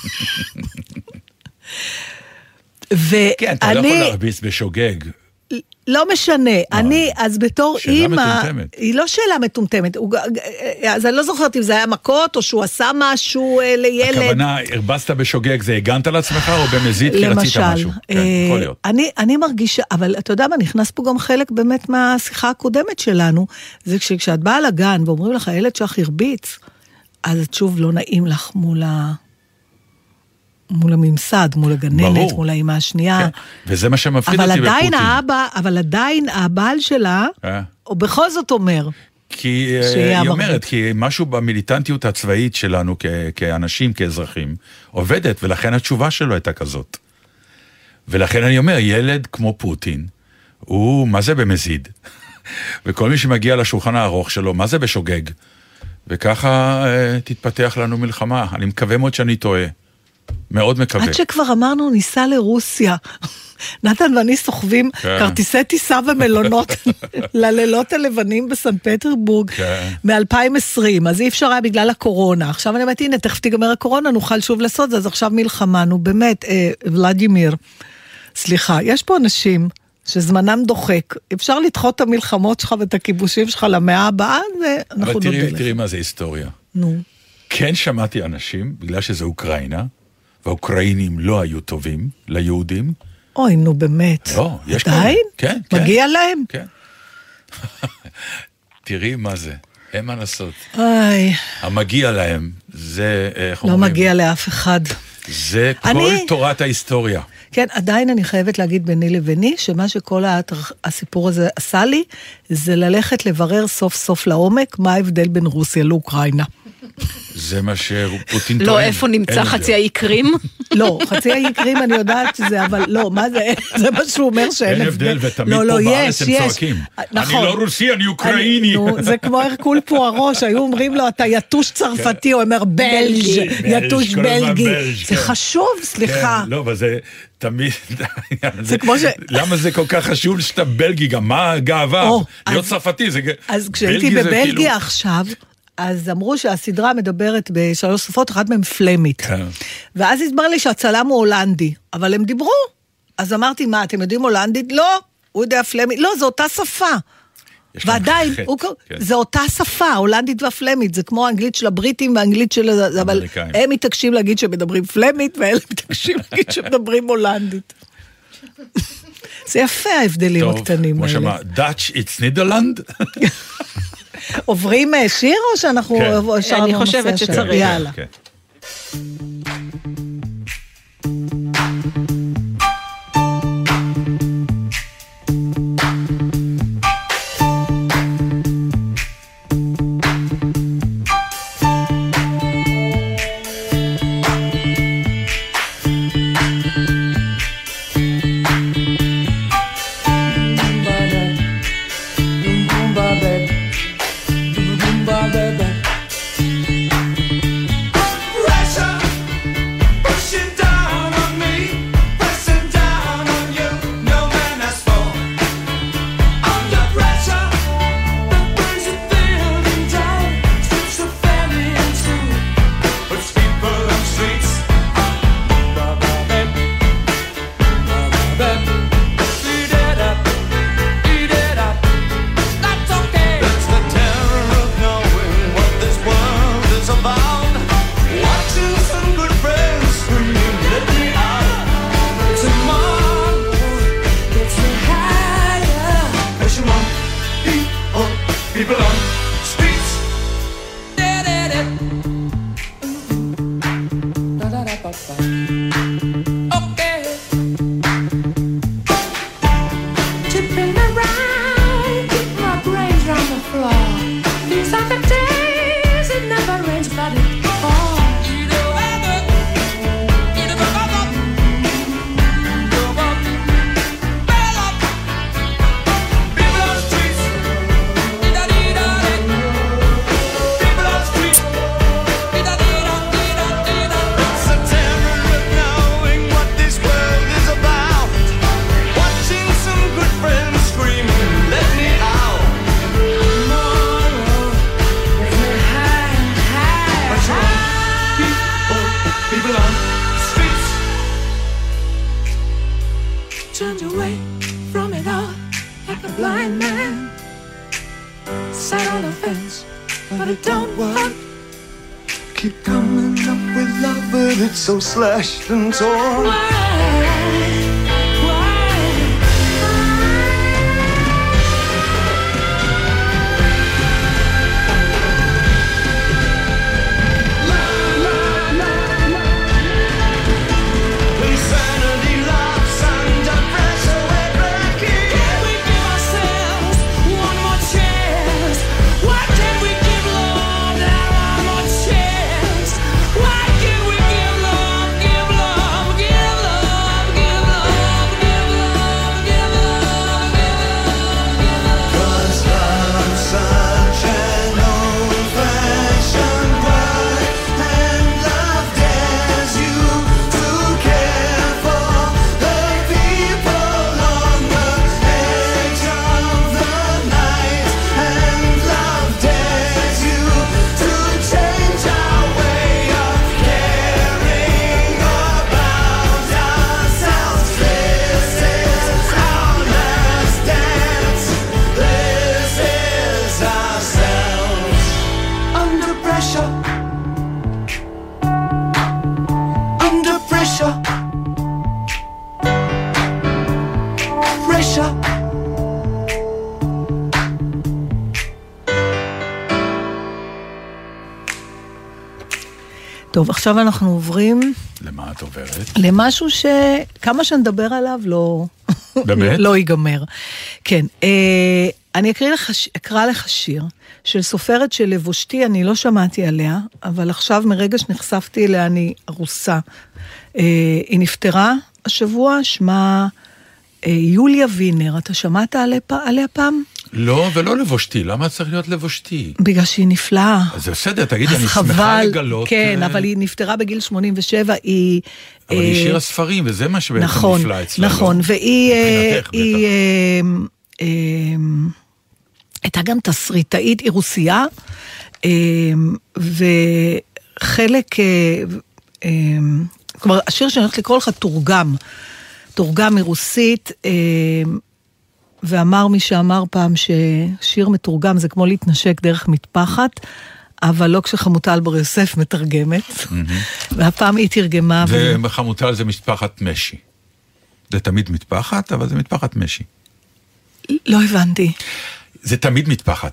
ואני... כן, אתה לא יכול להרביץ בשוגג. לא משנה, אני אז בתור אימא... שאלה מטומטמת. היא לא שאלה מטומטמת. אז אני לא זוכרת אם זה היה מכות, או שהוא עשה משהו לילד. הכוונה, הרבצת בשוגג, זה הגנת על עצמך, או במזיד כי רצית משהו? כן, יכול להיות. אני מרגישה, אבל אתה יודע מה, נכנס פה גם חלק באמת מהשיחה הקודמת שלנו, זה כשאת באה לגן, ואומרים לך, הילד שלך הרביץ, אז את שוב לא נעים לך מול ה... מול הממסד, מול הגננת, ברור. מול האמא השנייה. כן. וזה מה שמפחיד אותי בפוטין. האבא, אבל עדיין הבעל שלה, אה? או בכל זאת אומר, כי היא אומרת, כי משהו במיליטנטיות הצבאית שלנו, כ- כאנשים, כאזרחים, עובדת, ולכן התשובה שלו הייתה כזאת. ולכן אני אומר, ילד כמו פוטין, הוא, מה זה במזיד? וכל מי שמגיע לשולחן הארוך שלו, מה זה בשוגג? וככה אה, תתפתח לנו מלחמה. אני מקווה מאוד שאני טועה. מאוד מקווה. עד שכבר אמרנו, ניסה לרוסיה. נתן ואני סוחבים כרטיסי טיסה ומלונות ללילות הלבנים בסן פטרבורג מ-אלפיים ועשרים, אז אי אפשר היה בגלל הקורונה. עכשיו אני אומרת, הנה, תכף תיגמר הקורונה, נוכל שוב לעשות זה, אז עכשיו מלחמה, נו באמת, ולדימיר, סליחה, יש פה אנשים שזמנם דוחק, אפשר לדחות את המלחמות שלך ואת הכיבושים שלך למאה הבאה, ואנחנו נודה לך. אבל תראי מה זה היסטוריה. נו. כן שמעתי אנשים, בגלל שזה אוקראינה, והאוקראינים לא היו טובים ליהודים. אוי, נו באמת. לא, יש כאלה. עדיין? כן, כן. מגיע להם? כן. תראי מה זה, אין מה לעשות. איי. המגיע להם, זה, איך לא אומרים? מגיע לאף אחד. זה כל אני... תורת ההיסטוריה. כן, עדיין אני חייבת להגיד ביני לביני, שמה שכל הסיפור הזה עשה לי, זה ללכת לברר סוף סוף לעומק, מה ההבדל בין רוסיה לאוקראינה. זה מה שפוטין טוען. לא, איפה נמצא חצי היקרים? לא, חצי היקרים אני יודעת שזה, אבל לא, מה זה, זה מה שהוא אומר שאין הבדל. אין הבדל, ותמיד פה בארץ הם צועקים. אני לא רוסי, אני אוקראיני. זה כמו הרקול פוארו, שהיו אומרים לו, אתה יתוש צרפתי, הוא אומר בלג', יתוש בלגי. זה חשוב, סליחה. לא, אבל זה... תמיד, למה זה כל כך חשוב שאתה בלגי, גם מה הגאווה? להיות צרפתי, זה... אז כשהייתי בבלגיה עכשיו, אז אמרו שהסדרה מדברת בשלוש שפות, אחת מהן פלמית. ואז הסבר לי שהצלם הוא הולנדי, אבל הם דיברו. אז אמרתי, מה, אתם יודעים הולנדית? לא, הוא יודע פלמית. לא, זו אותה שפה. ועדיין, זה אותה שפה, הולנדית והפלמית, זה כמו האנגלית של הבריטים והאנגלית של... אבל הם מתעקשים להגיד שמדברים פלמית, ואלה מתעקשים להגיד שמדברים הולנדית. זה יפה ההבדלים הקטנים האלה. טוב, כמו שמה, Dutch it's Netherland? עוברים שיר או שאנחנו... כן. אני חושבת שצריך. יאללה. כן. So slashed and torn. טוב, עכשיו אנחנו עוברים... למה את עוברת? למשהו שכמה שנדבר עליו לא... באמת? לא ייגמר. כן, אה, אני אקריא לך, אקרא לך שיר של סופרת של לבושתי, אני לא שמעתי עליה, אבל עכשיו מרגע שנחשפתי אליה אני ארוסה. אה, היא נפטרה השבוע, שמה אה, יוליה וינר, אתה שמעת עליה, עליה פעם? לא, ולא לבושתי, למה צריך להיות לבושתי? בגלל שהיא נפלאה. אז זה בסדר, תגידי, אני חבל, שמחה לגלות. כן, ו... אבל היא נפטרה בגיל שמונים ושבע, היא... אבל היא שיר הספרים, וזה מה שבעצם נכון, נפלא אצלה. נכון, לא? והיא... מבחינתך, היא, בטח. אה, אה, הייתה גם תסריטאית אירוסיה, אה, וחלק... אה, אה, כלומר, השיר שאני הולכת לקרוא לך תורגם, תורגם מרוסית, אה, ואמר מי שאמר פעם ששיר מתורגם זה כמו להתנשק דרך מטפחת, אבל לא כשחמוטל בר יוסף מתרגמת, והפעם היא תרגמה. וחמוטל זה מטפחת משי. זה תמיד מטפחת, אבל זה מטפחת משי. לא הבנתי. זה תמיד מטפחת.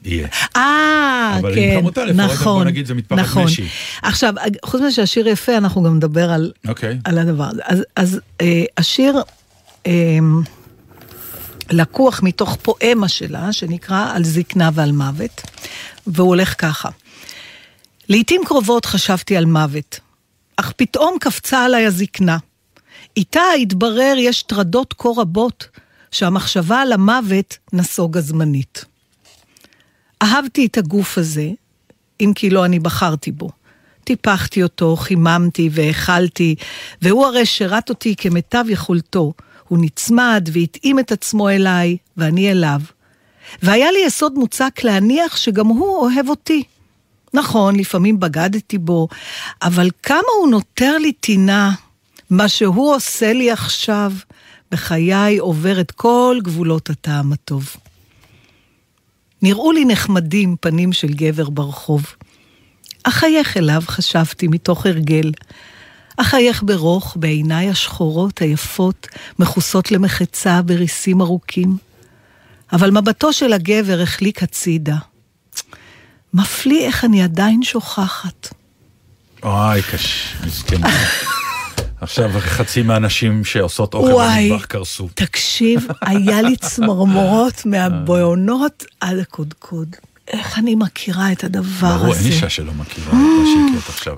יהיה. אה, אבל כן, עם חמותה לפחות, נכון, בוא נגיד, זה מטפחת נכון. משי. עכשיו, חוץ מזה שהשיר יפה, אנחנו גם נדבר על, אוקיי. על הדבר הזה. אז, אז אה, השיר אה, לקוח מתוך פואמה שלה, שנקרא על זקנה ועל מוות, והוא הולך ככה. לעתים קרובות חשבתי על מוות, אך פתאום קפצה עליי הזקנה. איתה התברר יש טרדות כה רבות, שהמחשבה על המוות נסוגה זמנית. אהבתי את הגוף הזה, אם כי לא אני בחרתי בו. טיפחתי אותו, חיממתי והאכלתי, והוא הרי שרת אותי כמיטב יכולתו. הוא נצמד והתאים את עצמו אליי, ואני אליו. והיה לי יסוד מוצק להניח שגם הוא אוהב אותי. נכון, לפעמים בגדתי בו, אבל כמה הוא נותר לי תינה, מה שהוא עושה לי עכשיו, בחיי עובר את כל גבולות הטעם הטוב. נראו לי נחמדים פנים של גבר ברחוב. אחייך אליו חשבתי מתוך הרגל. אחייך ברוך בעיניי השחורות היפות, מחוסות למחצה בריסים ארוכים. אבל מבטו של הגבר החליק הצידה. מפליא איך אני עדיין שוכחת. אוי, קש, מסכנה. עכשיו חצי מהאנשים שעושות אוכל במטבח קרסו. תקשיב, היה לי צמרמורות מהבויונות עד הקודקוד. איך אני מכירה את הדבר הזה. ברור, אין אישה שלא מכירה את מה שהקראת עכשיו.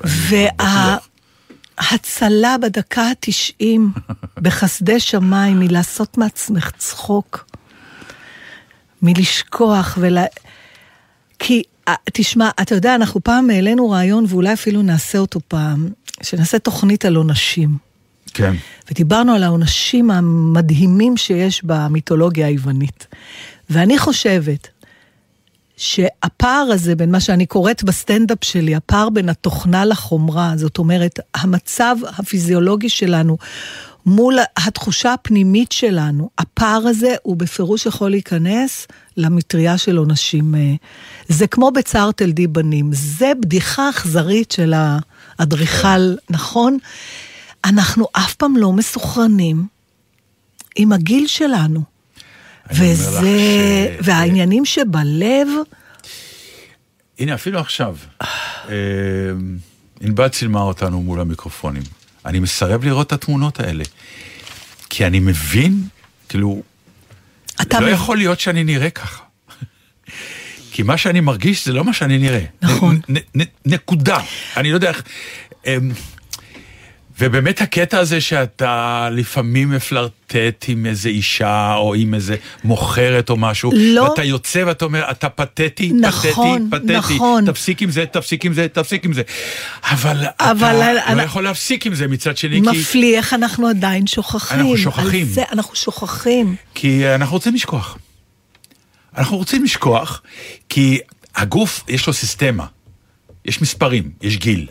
וההצלה בדקה ה-תשעים בחסדי שמיים מלעשות מעצמך צחוק, מלשכוח ול... כי, תשמע, אתה יודע, אנחנו פעם העלינו רעיון, ואולי אפילו נעשה אותו פעם, שנעשה תוכנית על עונשים. כן. ודיברנו על העונשים המדהימים שיש במיתולוגיה היוונית. ואני חושבת שהפער הזה בין מה שאני קוראת בסטנדאפ שלי, הפער בין התוכנה לחומרה, זאת אומרת, המצב הפיזיולוגי שלנו, מול התחושה הפנימית שלנו, הפער הזה הוא בפירוש יכול להיכנס למטריה של עונשים. זה כמו בצער תלדי בנים, זה בדיחה אכזרית של האדריכל, נכון? אנחנו אף פעם לא מסוכרנים עם הגיל שלנו. וזה, ש... והעניינים שבלב... הנה, אפילו עכשיו, ענבל צילמה אותנו מול המיקרופונים. אני מסרב לראות את התמונות האלה. כי אני מבין, כאילו, לא מבין. יכול להיות שאני נראה ככה. כי מה שאני מרגיש זה לא מה שאני נראה. נכון. נ, נ, נקודה. אני לא יודע איך... ובאמת הקטע הזה שאתה לפעמים מפלרטט עם איזה אישה, או עם איזה מוכרת או משהו, לא. ואתה יוצא ואתה אומר, אתה פתטי, נכון, פתטי, פתטי, נכון. תפסיק עם זה, תפסיק עם זה, תפסיק עם זה. אבל, אבל אתה אני... לא יכול להפסיק עם זה מצד שני, מפליא כי... איך אנחנו עדיין שוכחים. אנחנו שוכחים. על זה אנחנו שוכחים. כי אנחנו רוצים לשכוח. אנחנו רוצים לשכוח, כי הגוף יש לו סיסטמה. יש מספרים, יש גיל.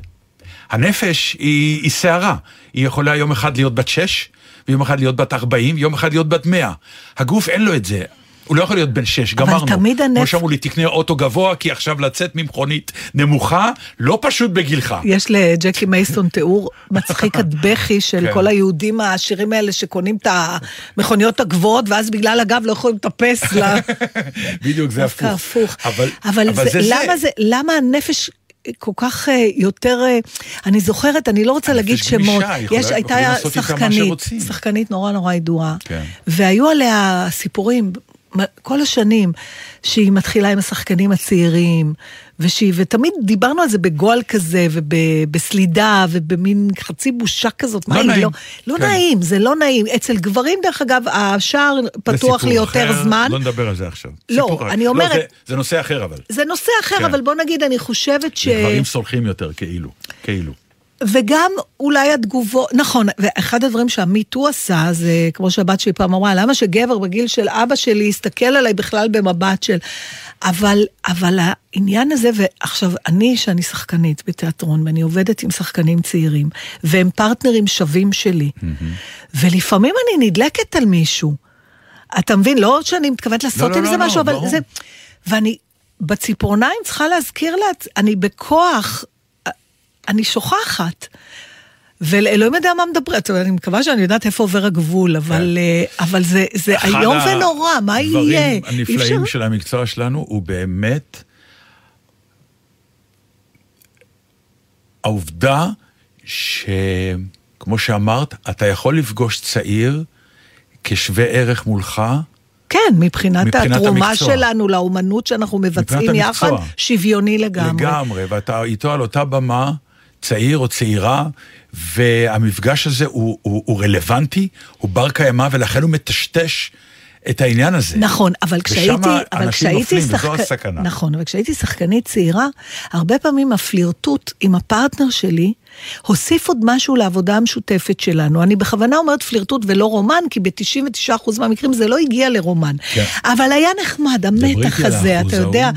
הנפש היא, היא שערה, היא יכולה יום אחד להיות בת שש, ויום אחד להיות בת ארבעים, ויום אחד להיות בת מאה. הגוף אין לו את זה, הוא לא יכול להיות בן שש, גמרנו. אבל תמיד הנפש... כמו שאמרו לי, תקנה אוטו גבוה, כי עכשיו לצאת ממכונית נמוכה, לא פשוט בגילך. יש לג'קי מייסון תיאור מצחיק עד בכי של כל היהודים העשירים האלה, שקונים את המכוניות הגבוהות, ואז בגלל הגב לא יכולים לטפס לה. בדיוק, זה הפוך. אבל למה הנפש... כל כך יותר, אני זוכרת, אני לא רוצה להגיד שמות, יש, הייתה שחקנית, שחקנית נורא נורא ידועה, והיו עליה סיפורים כל השנים, שהיא מתחילה עם השחקנים הצעירים, ושהיא, ותמיד דיברנו על זה בגועל כזה, ובסלידה, ובמין חצי בושה כזאת, לא נעים. לא נעים, זה לא נעים. אצל גברים, דרך אגב, השער פתוח לי יותר זמן. לא נדבר על זה עכשיו. לא, אני אומרת... זה נושא אחר, אבל. זה נושא אחר, אבל בוא נגיד, אני חושבת ש... גברים סולחים יותר, כאילו, כאילו. וגם אולי התגובות, נכון, ואחד הדברים שהמיטו עשה, זה כמו שהבת שלי פעם אמרה, למה שגבר בגיל של אבא שלי יסתכל עליי בכלל במבט של... אבל, אבל העניין הזה, ועכשיו אני שאני שחקנית בתיאטרון, ואני עובדת עם שחקנים צעירים, והם פרטנרים שווים שלי, ולפעמים אני נדלקת על מישהו, אתה מבין, לא שאני מתכוונת לעשות לא, עם לא, זה לא, משהו, לא, אבל ברור. זה... ואני בציפורניים צריכה להזכיר לה, אני בכוח... אני שוכחת, ואלוהים יודע מה מדבר, אני מקווה שאני יודעת איפה עובר הגבול, אבל, אבל זה, זה היום ונורא, מה יהיה? אחד הנפלאים של המקצוע שלנו הוא באמת העובדה שכמו שאמרת, אתה יכול לפגוש צעיר כשווה ערך מולך, כן, מבחינת, מבחינת התרומה המקצוע. שלנו לאומנות שאנחנו מבצעים יחד, שוויוני לגמרי. לגמרי, ואתה איתו על אותה במה, צעיר או צעירה, והמפגש הזה הוא, הוא, הוא רלוונטי, הוא בר קיימה, ולכן הוא מטשטש את העניין הזה. נכון, אבל כשהייתי, אבל כשהייתי שחק... נכון, אבל כשהייתי שחקנית צעירה, הרבה פעמים הפלירטוט עם הפרטנר שלי, הוסיף עוד משהו לעבודה המשותפת שלנו. אני בכוונה אומרת פלירטוט ולא רומן, כי ב-תשעים ותשעה אחוז מהמקרים זה לא הגיע לרומן. כן. אבל היה נחמד, המתח הזה, אתה יודע...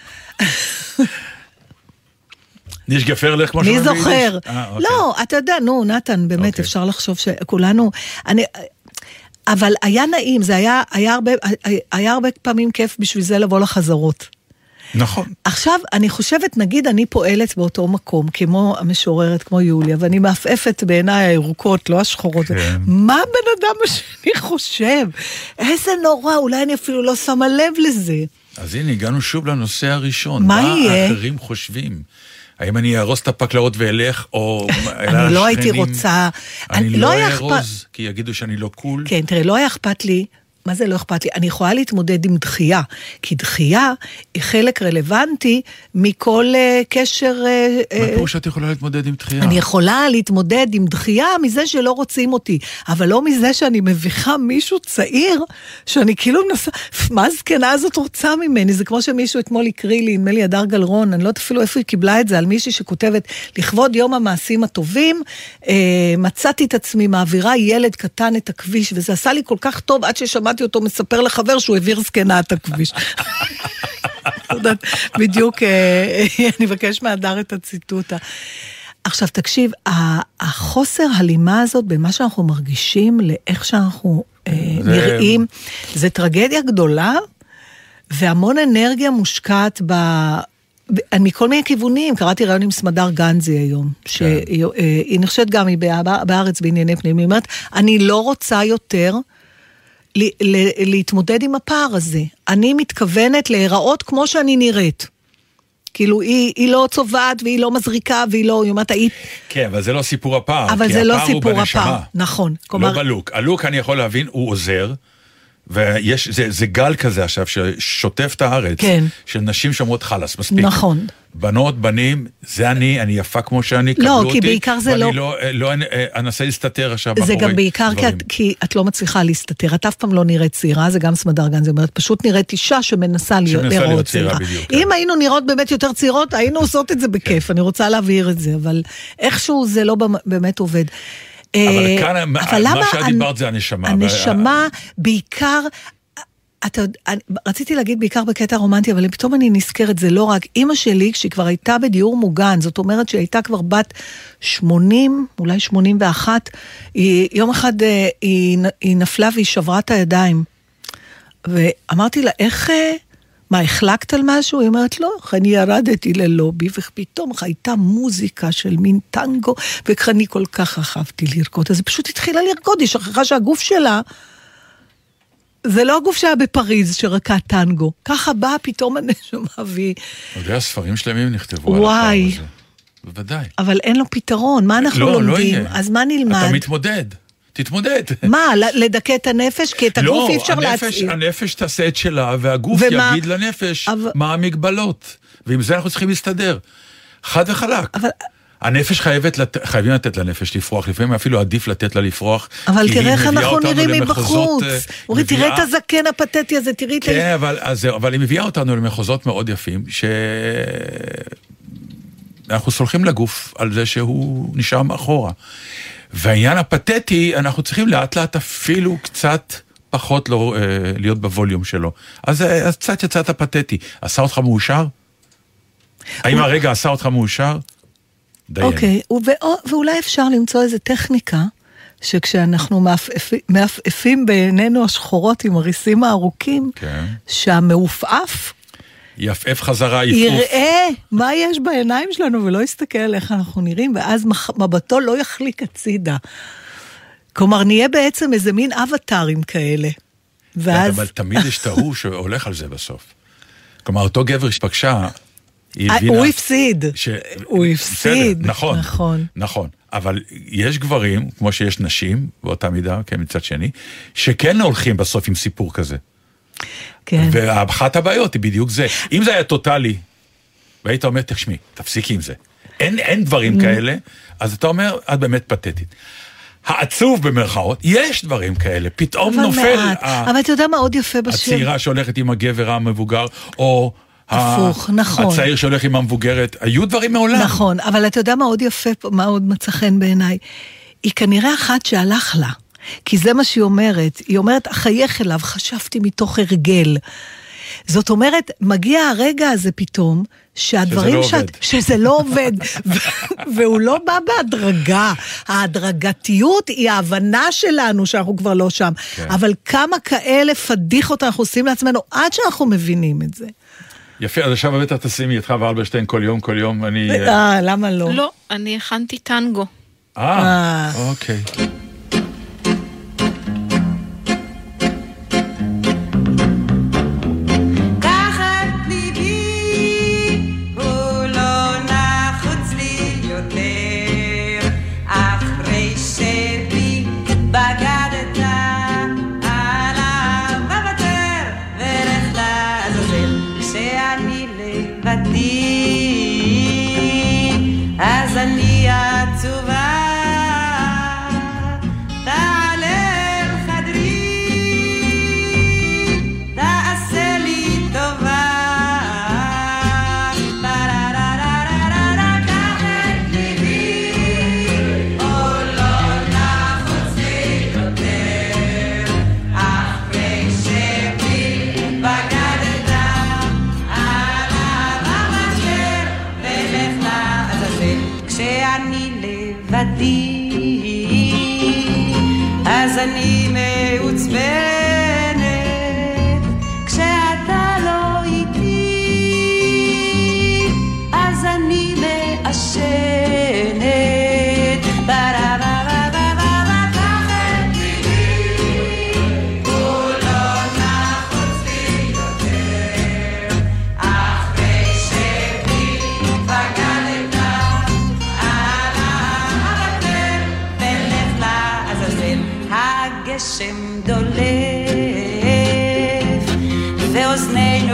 יש גפר לך כמו מי זוכר? לא, אתה יודע, נו, נתן, באמת אפשר לחשוב שכולנו... אבל היה נעים, זה היה, היה הרבה, היה הרבה פעמים כיף בשביל זה לבוא לחזרות. נכון. עכשיו, אני חושבת, נגיד, אני פועלת באותו מקום, כמו המשוררת, כמו יוליה, ואני מאפפת בעיניי הירוקות, לא השחורות. כן. מה בן אדם השני חושב? איזה נורא, אולי אני אפילו לא שמה לב לזה. אז הנה, הגענו שוב לנושא הראשון. מה מה יהיה? האחרים חושבים? האם אני ארוס את הפקלאות ואלך, או... אני לא הייתי רוצה... אני לא ארוז, כי יגידו שאני לא קול. כן, תראה, לא היה אכפת לי... מה זה לא אכפת לי? אני יכולה להתמודד עם דחייה, כי דחייה היא חלק רלוונטי מכל uh, קשר... Uh, מה פה שאת יכולה להתמודד עם דחייה? אני יכולה להתמודד עם דחייה מזה שלא רוצים אותי, אבל לא מזה שאני מביכה מישהו צעיר, שאני כאילו מנסה, מה הזקנה הזאת רוצה ממני? זה כמו שמישהו אתמול הקריא לי, נדמה לי הדר גלרון, אני לא יודעת אפילו איפה היא קיבלה את זה, על מישהי שכותבת, לכבוד יום המעשים הטובים, uh, מצאתי את עצמי, מעבירה ילד קטן את הכביש, וזה עשה לי כל כך טוב, עד ששמעתי אותו מספר לחבר שהוא העביר זקנה את הכביש. בדיוק, אני מבקש מהדר את הציטוטה. עכשיו תקשיב, החוסר הלימה הזאת במה שאנחנו מרגישים, לאיך שאנחנו נראים, זה טרגדיה גדולה, והמון אנרגיה מושקעת ב... מכל מיני כיוונים, קראתי רעיון עם סמדר גנזי היום, שהיא נחשבת גם בארץ בענייני פנים, היא אומרת, אני לא רוצה יותר להתמודד עם הפער הזה. אני מתכוונת להיראות כמו שאני נראית. כאילו, היא, היא לא צובעת, והיא לא מזריקה, והיא לא, היא אומרת, היא... כן, אבל זה לא סיפור הפער. אבל זה לא סיפור הפער, נכון. לא בלוק. הלוק, אני יכול להבין, הוא עוזר, ויש, זה, זה גל כזה עכשיו, ששוטף את הארץ, כן. של נשים שאומרות חלס, מספיק. נכון. בנות, בנים, זה אני, אני יפה כמו שאני, לא, קבלו כי אותי, בעיקר זה ואני לא... לא, לא אנסה להסתתר עכשיו זה מאחורי גם בעיקר כי את, כי את לא מצליחה להסתתר, את אף פעם לא נראית צעירה, זה גם סמדר גן, זה אומרת, פשוט נראית אישה שמנסה לראות צעירה. בדיוק, אם כן. היינו נראות באמת יותר צעירות, היינו עושות את זה בכיף, כן. אני רוצה להבהיר את זה, אבל איכשהו זה לא באמת עובד. אבל כאן, אבל מה שאת דיברת זה הנשמה. הנשמה, בעיקר... אתה, אני, רציתי להגיד בעיקר בקטע רומנטי, אבל פתאום אני נזכרת, זה לא רק אמא שלי, כשהיא כבר הייתה בדיור מוגן, זאת אומרת שהיא הייתה כבר בת שמונים, אולי שמונים ואחת, היא, יום אחד היא, היא נפלה והיא שברה את הידיים. ואמרתי לה, איך, מה, החלקת על משהו? היא אומרת, לא, אני ירדתי ללובי, ופתאום הייתה מוזיקה של מין טנגו, וכני כל כך אהבתי לרקוד, אז היא פשוט התחילה לרקוד, היא שכחה שהגוף שלה, זה לא הגוף שהיה בפריז שרקע טנגו. ככה באה פתאום הנשמה והיא... אתה יודע, הספרים שלמים נכתבו על הפער הזה. בוודאי. אבל אין לו פתרון. מה אנחנו לא, לומדים? לא אז מה נלמד? אתה מתמודד. תתמודד. מה, לדכא את הנפש? כי את הגוף אי אפשר להצעיר. לא, הנפש תעשה את שלה, והגוף ומה... יגיד לנפש אבל... מה המגבלות. ועם זה אנחנו צריכים להסתדר. חד וחלק. אבל... הנפש חייבת, חייבים לתת לנפש לפרוח, לפעמים אפילו עדיף לתת לה לפרוח. אבל תראה איך אנחנו נראים מבחוץ. אורי, תראה את הזקן הפתטי הזה, תראי את... כן, אבל היא מביאה אותנו למחוזות מאוד יפים, שאנחנו סולחים לגוף על זה שהוא נשאר מאחורה. והעניין הפתטי, אנחנו צריכים לאט לאט אפילו קצת פחות להיות בווליום שלו. אז קצת יצאת הפתטי. עשה אותך מאושר? האם הרגע עשה אותך מאושר? אוקיי, ואולי אפשר למצוא איזו טכניקה, שכשאנחנו מעפעפים בעינינו השחורות עם הריסים הארוכים, שהמעופעף יפף חזרה, יפוף. יראה מה יש בעיניים שלנו, ולא יסתכל איך אנחנו נראים, ואז מבטו לא יחליק הצידה. כלומר, נהיה בעצם איזה מין אבטרים כאלה. ואז... אבל תמיד יש תהוא שהולך על זה בסוף. כלומר, אותו גבר שפגשה, היא הבינה... הוא הפסיד. ש... הוא הפסיד. נכון, נכון. נכון. אבל יש גברים, כמו שיש נשים, באותה מידה, כן, מצד שני, שכן הולכים בסוף עם סיפור כזה. כן. ואחת הבעיות היא בדיוק זה. אם זה היה טוטלי, והיית אומר, תשמעי, תפסיקי עם זה. אין, אין דברים כאלה, אז אתה אומר, את באמת פתטית. העצוב במרכאות, יש דברים כאלה, פתאום אבל נופל. מעט. ה... אבל אתה יודע מה עוד יפה בשם? הצעירה שהולכת עם הגבר המבוגר, או... הפוך, נכון. הצעיר שהולך עם המבוגרת, היו דברים מעולם. נכון, אבל אתה יודע מה עוד יפה, מה עוד מצא חן בעיניי? היא כנראה אחת שהלך לה, כי זה מה שהיא אומרת. היא אומרת, אחייך אליו, חשבתי מתוך הרגל. זאת אומרת, מגיע הרגע הזה פתאום, שהדברים שזה לא שאת, עובד. שזה לא עובד, והוא לא בא בהדרגה. ההדרגתיות היא ההבנה שלנו שאנחנו כבר לא שם. כן. אבל כמה כאלה פדיחות אנחנו עושים לעצמנו, עד שאנחנו מבינים את זה. יפה, אז עכשיו בטח תשימי את חווה אלברשטיין כל יום, כל יום, אני... אה, למה לא? לא, אני הכנתי טנגו. אה, אוקיי. אז אני עצובה, תעלה לחדרי, תעשה לי טובה. טרררררררר, קח את ליבי, או לא נחוץ לי יותר, אחרי שבי בגדת עליו המחר, ולך לעזאזל. כשאני לבדי, אז אני מעוצבנת, כשאתה לא איתי, אז אני מאשנת. ברבבבבבבב, קח את ליבי, הוא לא נחוץ לי יותר, אחרי שבי בגדת הגשם דולף ואוזנינו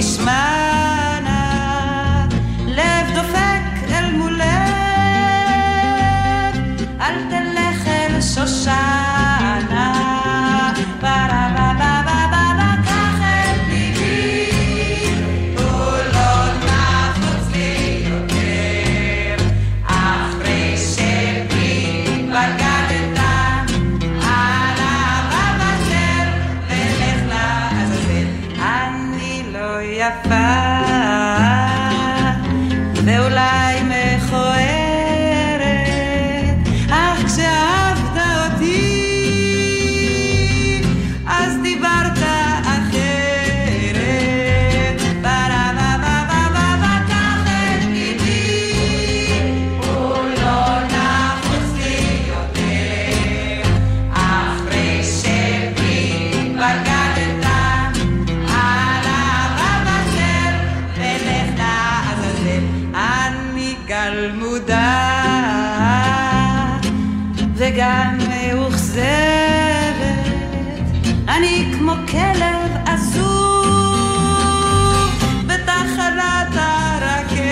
תשמענה, לב דופק אל מול לב, אל תלך אל שושנה. ברבבבבבב, קח את ליבי, הוא לא נחוץ לי יותר, אחרי שבי בגדת יפה ואולי מכוערת, אך כשאהבת אותי אז דיברת אחרת. ברבבבבבב, קח את ליבי, הוא לא נחוץ לי יותר, אחרי שבי בגדת גל מודע וגם מאוכזבת, אני כמו כלב עזוב בתחנת הרכבת.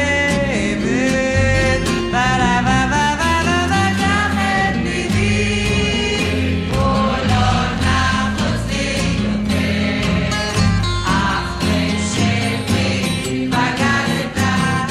ברבבבבבב, קח את ליבי, הוא לא נחוץ לי יותר, אחרי שבי בגדת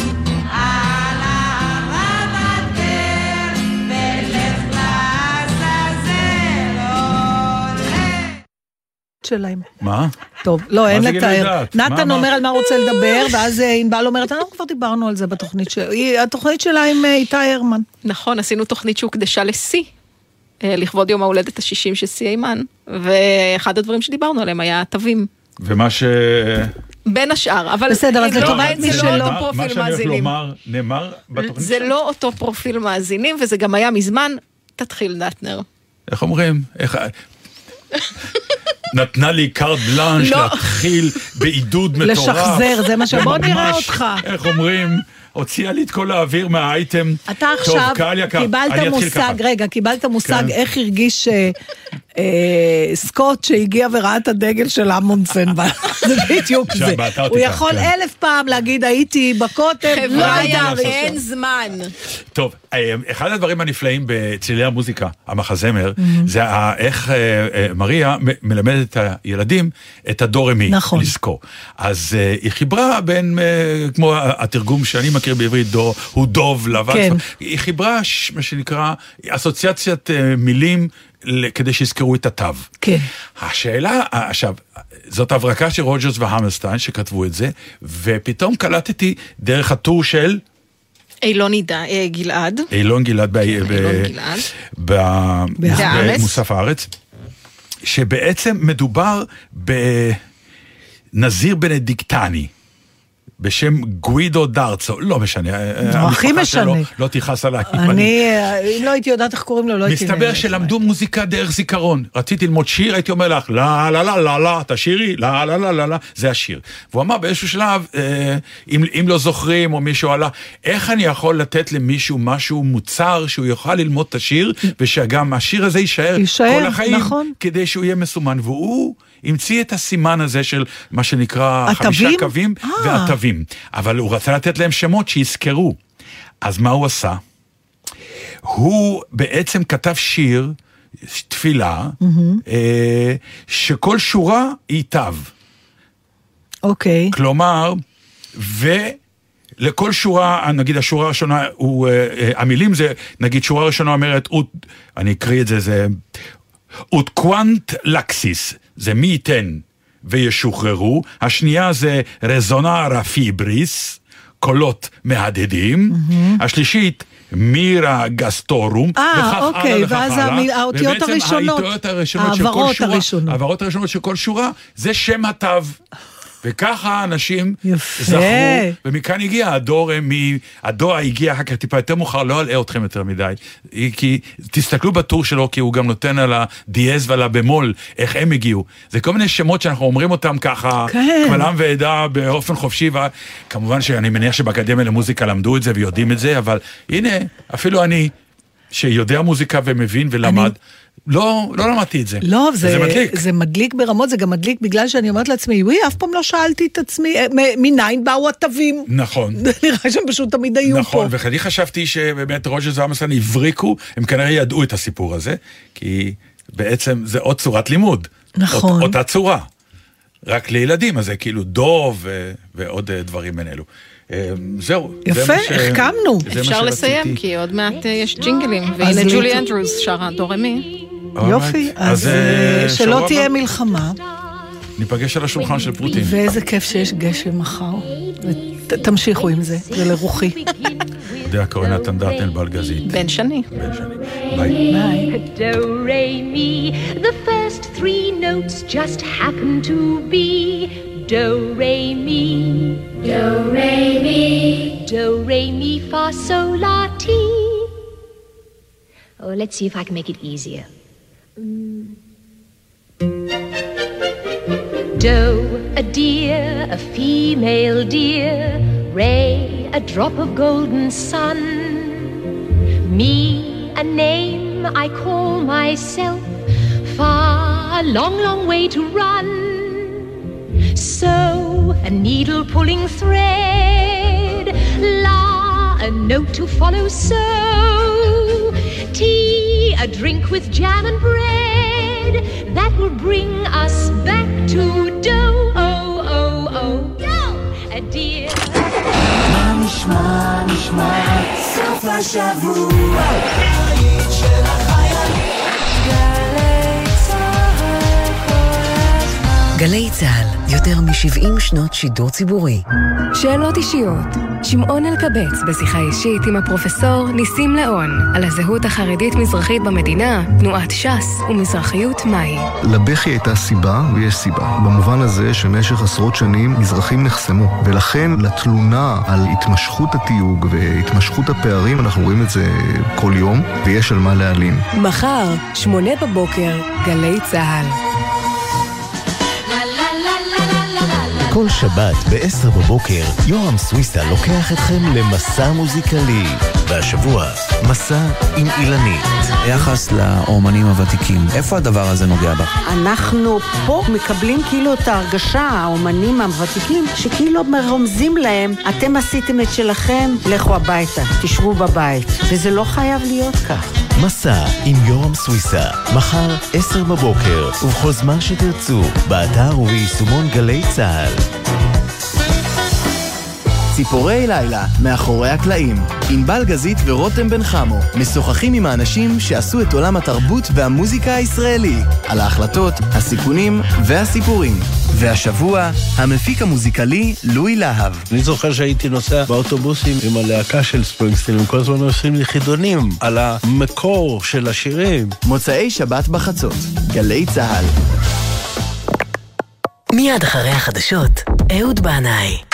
שלהם. מה? טוב, לא, אין לתאר. מה, נתן מה? אומר על מה רוצה לדבר, ואז ענבל אומרת, אנחנו כבר דיברנו על זה בתוכנית שלה. התוכנית שלה עם איתי הרמן. נכון, עשינו תוכנית שהוקדשה לסי, לכבוד יום ההולדת ה-שישים של סי אימן, ואחד הדברים שדיברנו עליהם היה תווים. ומה ש... בין השאר, אבל בסדר, אז לא, לטובת מי זה שלא- לא אותו מה פרופיל שאני הולך מאזינים. לומר, נאמר בתוכנית. זה לא אותו פרופיל מאזינים, וזה גם היה מזמן. תתחיל, דטנר. איך אומרים? איך... נתנה לי קארט בלאנש לא. להתחיל בעידוד מטורף. לשחזר, זה מה ש... בוא נראה ממש, אותך. איך אומרים? הוציאה לי את כל האוויר מהאייטם. אתה טוב, עכשיו קהל יקר, קיבלת אני אתחיל מושג, ככה. רגע, קיבלת מושג כן. איך הרגיש אה, אה, סקוט שהגיע וראה את הדגל של אמונסן. זה בדיוק עכשיו, זה. באתר הוא תיקח, יכול כן. אלף פעם להגיד הייתי בכותל, לא חבריה, יודע. אין זמן. טוב, אחד הדברים הנפלאים בצלילי המוזיקה, המחזמר, זה ה- איך אה, אה, מריה מ- מלמדת את הילדים את הדורמי, נכון. לזכור. אז אה, היא חיברה בין, אה, כמו התרגום שאני מכיר בעברית, דו, הוא דוב לבן, כן. היא חיברה ש- מה שנקרא אסוציאציית אה, מילים ל- כדי שיזכרו את התו. כן. השאלה, עכשיו, זאת הברקה של רוג'רס והמרסטיין שכתבו את זה, ופתאום קלטתי דרך הטור של אילון עידה, אה, גלעד. אילון גלעד ב- ב- אילון גלעד. ב- בהארץ. במוסף הארץ, שבעצם מדובר בנזיר בנדיקטני, בשם גווידו דרצו, לא משנה, הכי המשפחה שלו משנה. לא תיחס עליי. אני, אה, אם לא הייתי יודעת איך קוראים לו, לא הייתי... מסתבר שלמדו מוזיקה דרך זיכרון. רציתי ללמוד שיר, הייתי אומר לך, לא, לא, לא, לא, לא, תשירי, לא, לא, לא, לא, לא, זה השיר. והוא אמר באיזשהו שלב, אה, אם, אם לא זוכרים או מישהו עלה, איך אני יכול לתת למישהו משהו מוצר שהוא יוכל ללמוד את השיר, ושגם השיר הזה יישאר, יישאר, כל החיים, נכון. כדי שהוא יהיה מסומן. והוא המציא את הסימן הזה של מה שנקרא התווים? חמישה קווים אה. והתווים. אבל הוא רצה לתת להם שמות שיזכרו. אז מה הוא עשה? הוא בעצם כתב שיר, תפילה, אה, שכל שורה היא תו. אוקיי. כלומר, ולכל שורה, נגיד השורה הראשונה, הוא, אה, אה, המילים זה, נגיד שורה ראשונה אומרת, אוט, אני אקריא את זה, זה, אוט קוונט לקסיס, זה מי ייתן וישוחררו, השנייה זה רזונרה פיבריס, קולות מהדהדים, השלישית, מירה גסטורום, אה, וכך אוקיי, הלאה וכך ואז הלאה. המיל- האותיות ובעצם הראשונות, האותיות הראשונות של כל העברות שורה, הראשונות. העברות הראשונות של כל שורה, זה שם התו. וככה האנשים יפה. זכרו, ומכאן הגיע הדור, הדור הגיע אחר כך טיפה יותר מאוחר, לא אלאה אתכם יותר מדי, כי תסתכלו בטור שלו, כי הוא גם נותן על הדיאז ועל הבמול, איך הם הגיעו. זה כל מיני שמות שאנחנו אומרים אותם ככה, כן. קבל עם ועדה באופן חופשי, וכמובן שאני מניח שבאקדמיה למוזיקה למדו את זה ויודעים את זה, אבל הנה, אפילו אני, שיודע מוזיקה ומבין ולמד, אני... לא, לא למדתי את זה. לא, זה, זה מדליק. זה מדליק ברמות, זה גם מדליק בגלל שאני אומרת לעצמי, וואי, אף פעם לא שאלתי את עצמי, מ- מניין באו התווים. נכון. נראה שהם פשוט תמיד היו נכון, פה. ואני חשבתי שבאמת רוג'רס והמרסטיין הבריקו, הם כנראה ידעו את הסיפור הזה, כי בעצם זה עוד צורת לימוד. נכון. אות, אותה צורה. רק לילדים, אז זה כאילו דוב ו- ועוד אה, דברים בין אלו. אה, זהו. זה יפה, מה ש- החכמנו. זה מה אפשר שרציתי. לסיים, כי עוד מעט אה, יש ג'ינגלים, אז והנה לי- ג'ולי אנדרוס שרה דורמי. יופי, Alright. אז אה, אה, שלא שבוע תהיה הבא מלחמה, ניפגש על השולחן של פוטין. ואיזה כיף שיש גשם מחר. ות- תמשיכו עם זה, זה לרוחי. יודע, קוראים נתן דטנר בלגזית. בן שני. בן שני. ביי. ביי. Do, re, mi. The first three notes just happen to be do, re, mi. Do, re, mi. Do, re, mi, fa, sol, la, ti. Oh, let's see if I can make it easier. Mm. Do, a deer, a female deer. Re, a drop of golden sun. Me, a name I call myself. Fa, a long, long way to run. So, a needle pulling thread. La, a note to follow. So, tea, a drink with jam and bread. That will bring us back to dough. Oh, oh, oh, dough. A dear. נשמע, נשמע, סוף השבוע, בית של החיילים. גלי צהל כל הזמן. גלי צהל, יותר מ-שבעים שנות שידור ציבורי. שאלות אישיות. שמעון אלקבץ בשיחה אישית עם הפרופסור ניסים לאון על הזהות החרדית-מזרחית במדינה, תנועת ש"ס ומזרחיות מהי. לבכי הייתה סיבה ויש סיבה. במובן הזה שבמשך עשרות שנים מזרחים נחסמו, ולכן לתלונה על התמשכות התיוג והתמשכות הפערים אנחנו רואים את זה כל יום, ויש על מה להעלים. מחר, שמונה בבוקר, גלי צהל. כל שבת בעשר בבוקר, יורם סוויסה לוקח אתכם למסע מוזיקלי. והשבוע, מסע עם אילנית. יחס לאומנים הוותיקים, איפה הדבר הזה נוגע בך? אנחנו פה מקבלים כאילו את ההרגשה, האומנים הוותיקים, שכאילו מרומזים להם, אתם עשיתם את שלכם, לכו הביתה, תשבו בבית. וזה לא חייב להיות כך. מסע עם יורם סוויסה, מחר עשר בבוקר, ובכל זמן שתרצו, באתר וביישומון גלי צהל. ציפורי לילה, מאחורי הקלעים. ענבל גזית ורותם בן חמו משוחחים עם האנשים שעשו את עולם התרבות והמוזיקה הישראלי, על ההחלטות, הסיכונים והסיפורים. והשבוע, המפיק המוזיקלי לואי להב. אני זוכר שהייתי נוסע באוטובוסים עם הלהקה של ספרינגסטין, הם כל הזמן עושים לי חידונים על המקור של השירים. מוצאי שבת בחצות, גלי צהל. מיד אחרי החדשות, אהוד בנאי.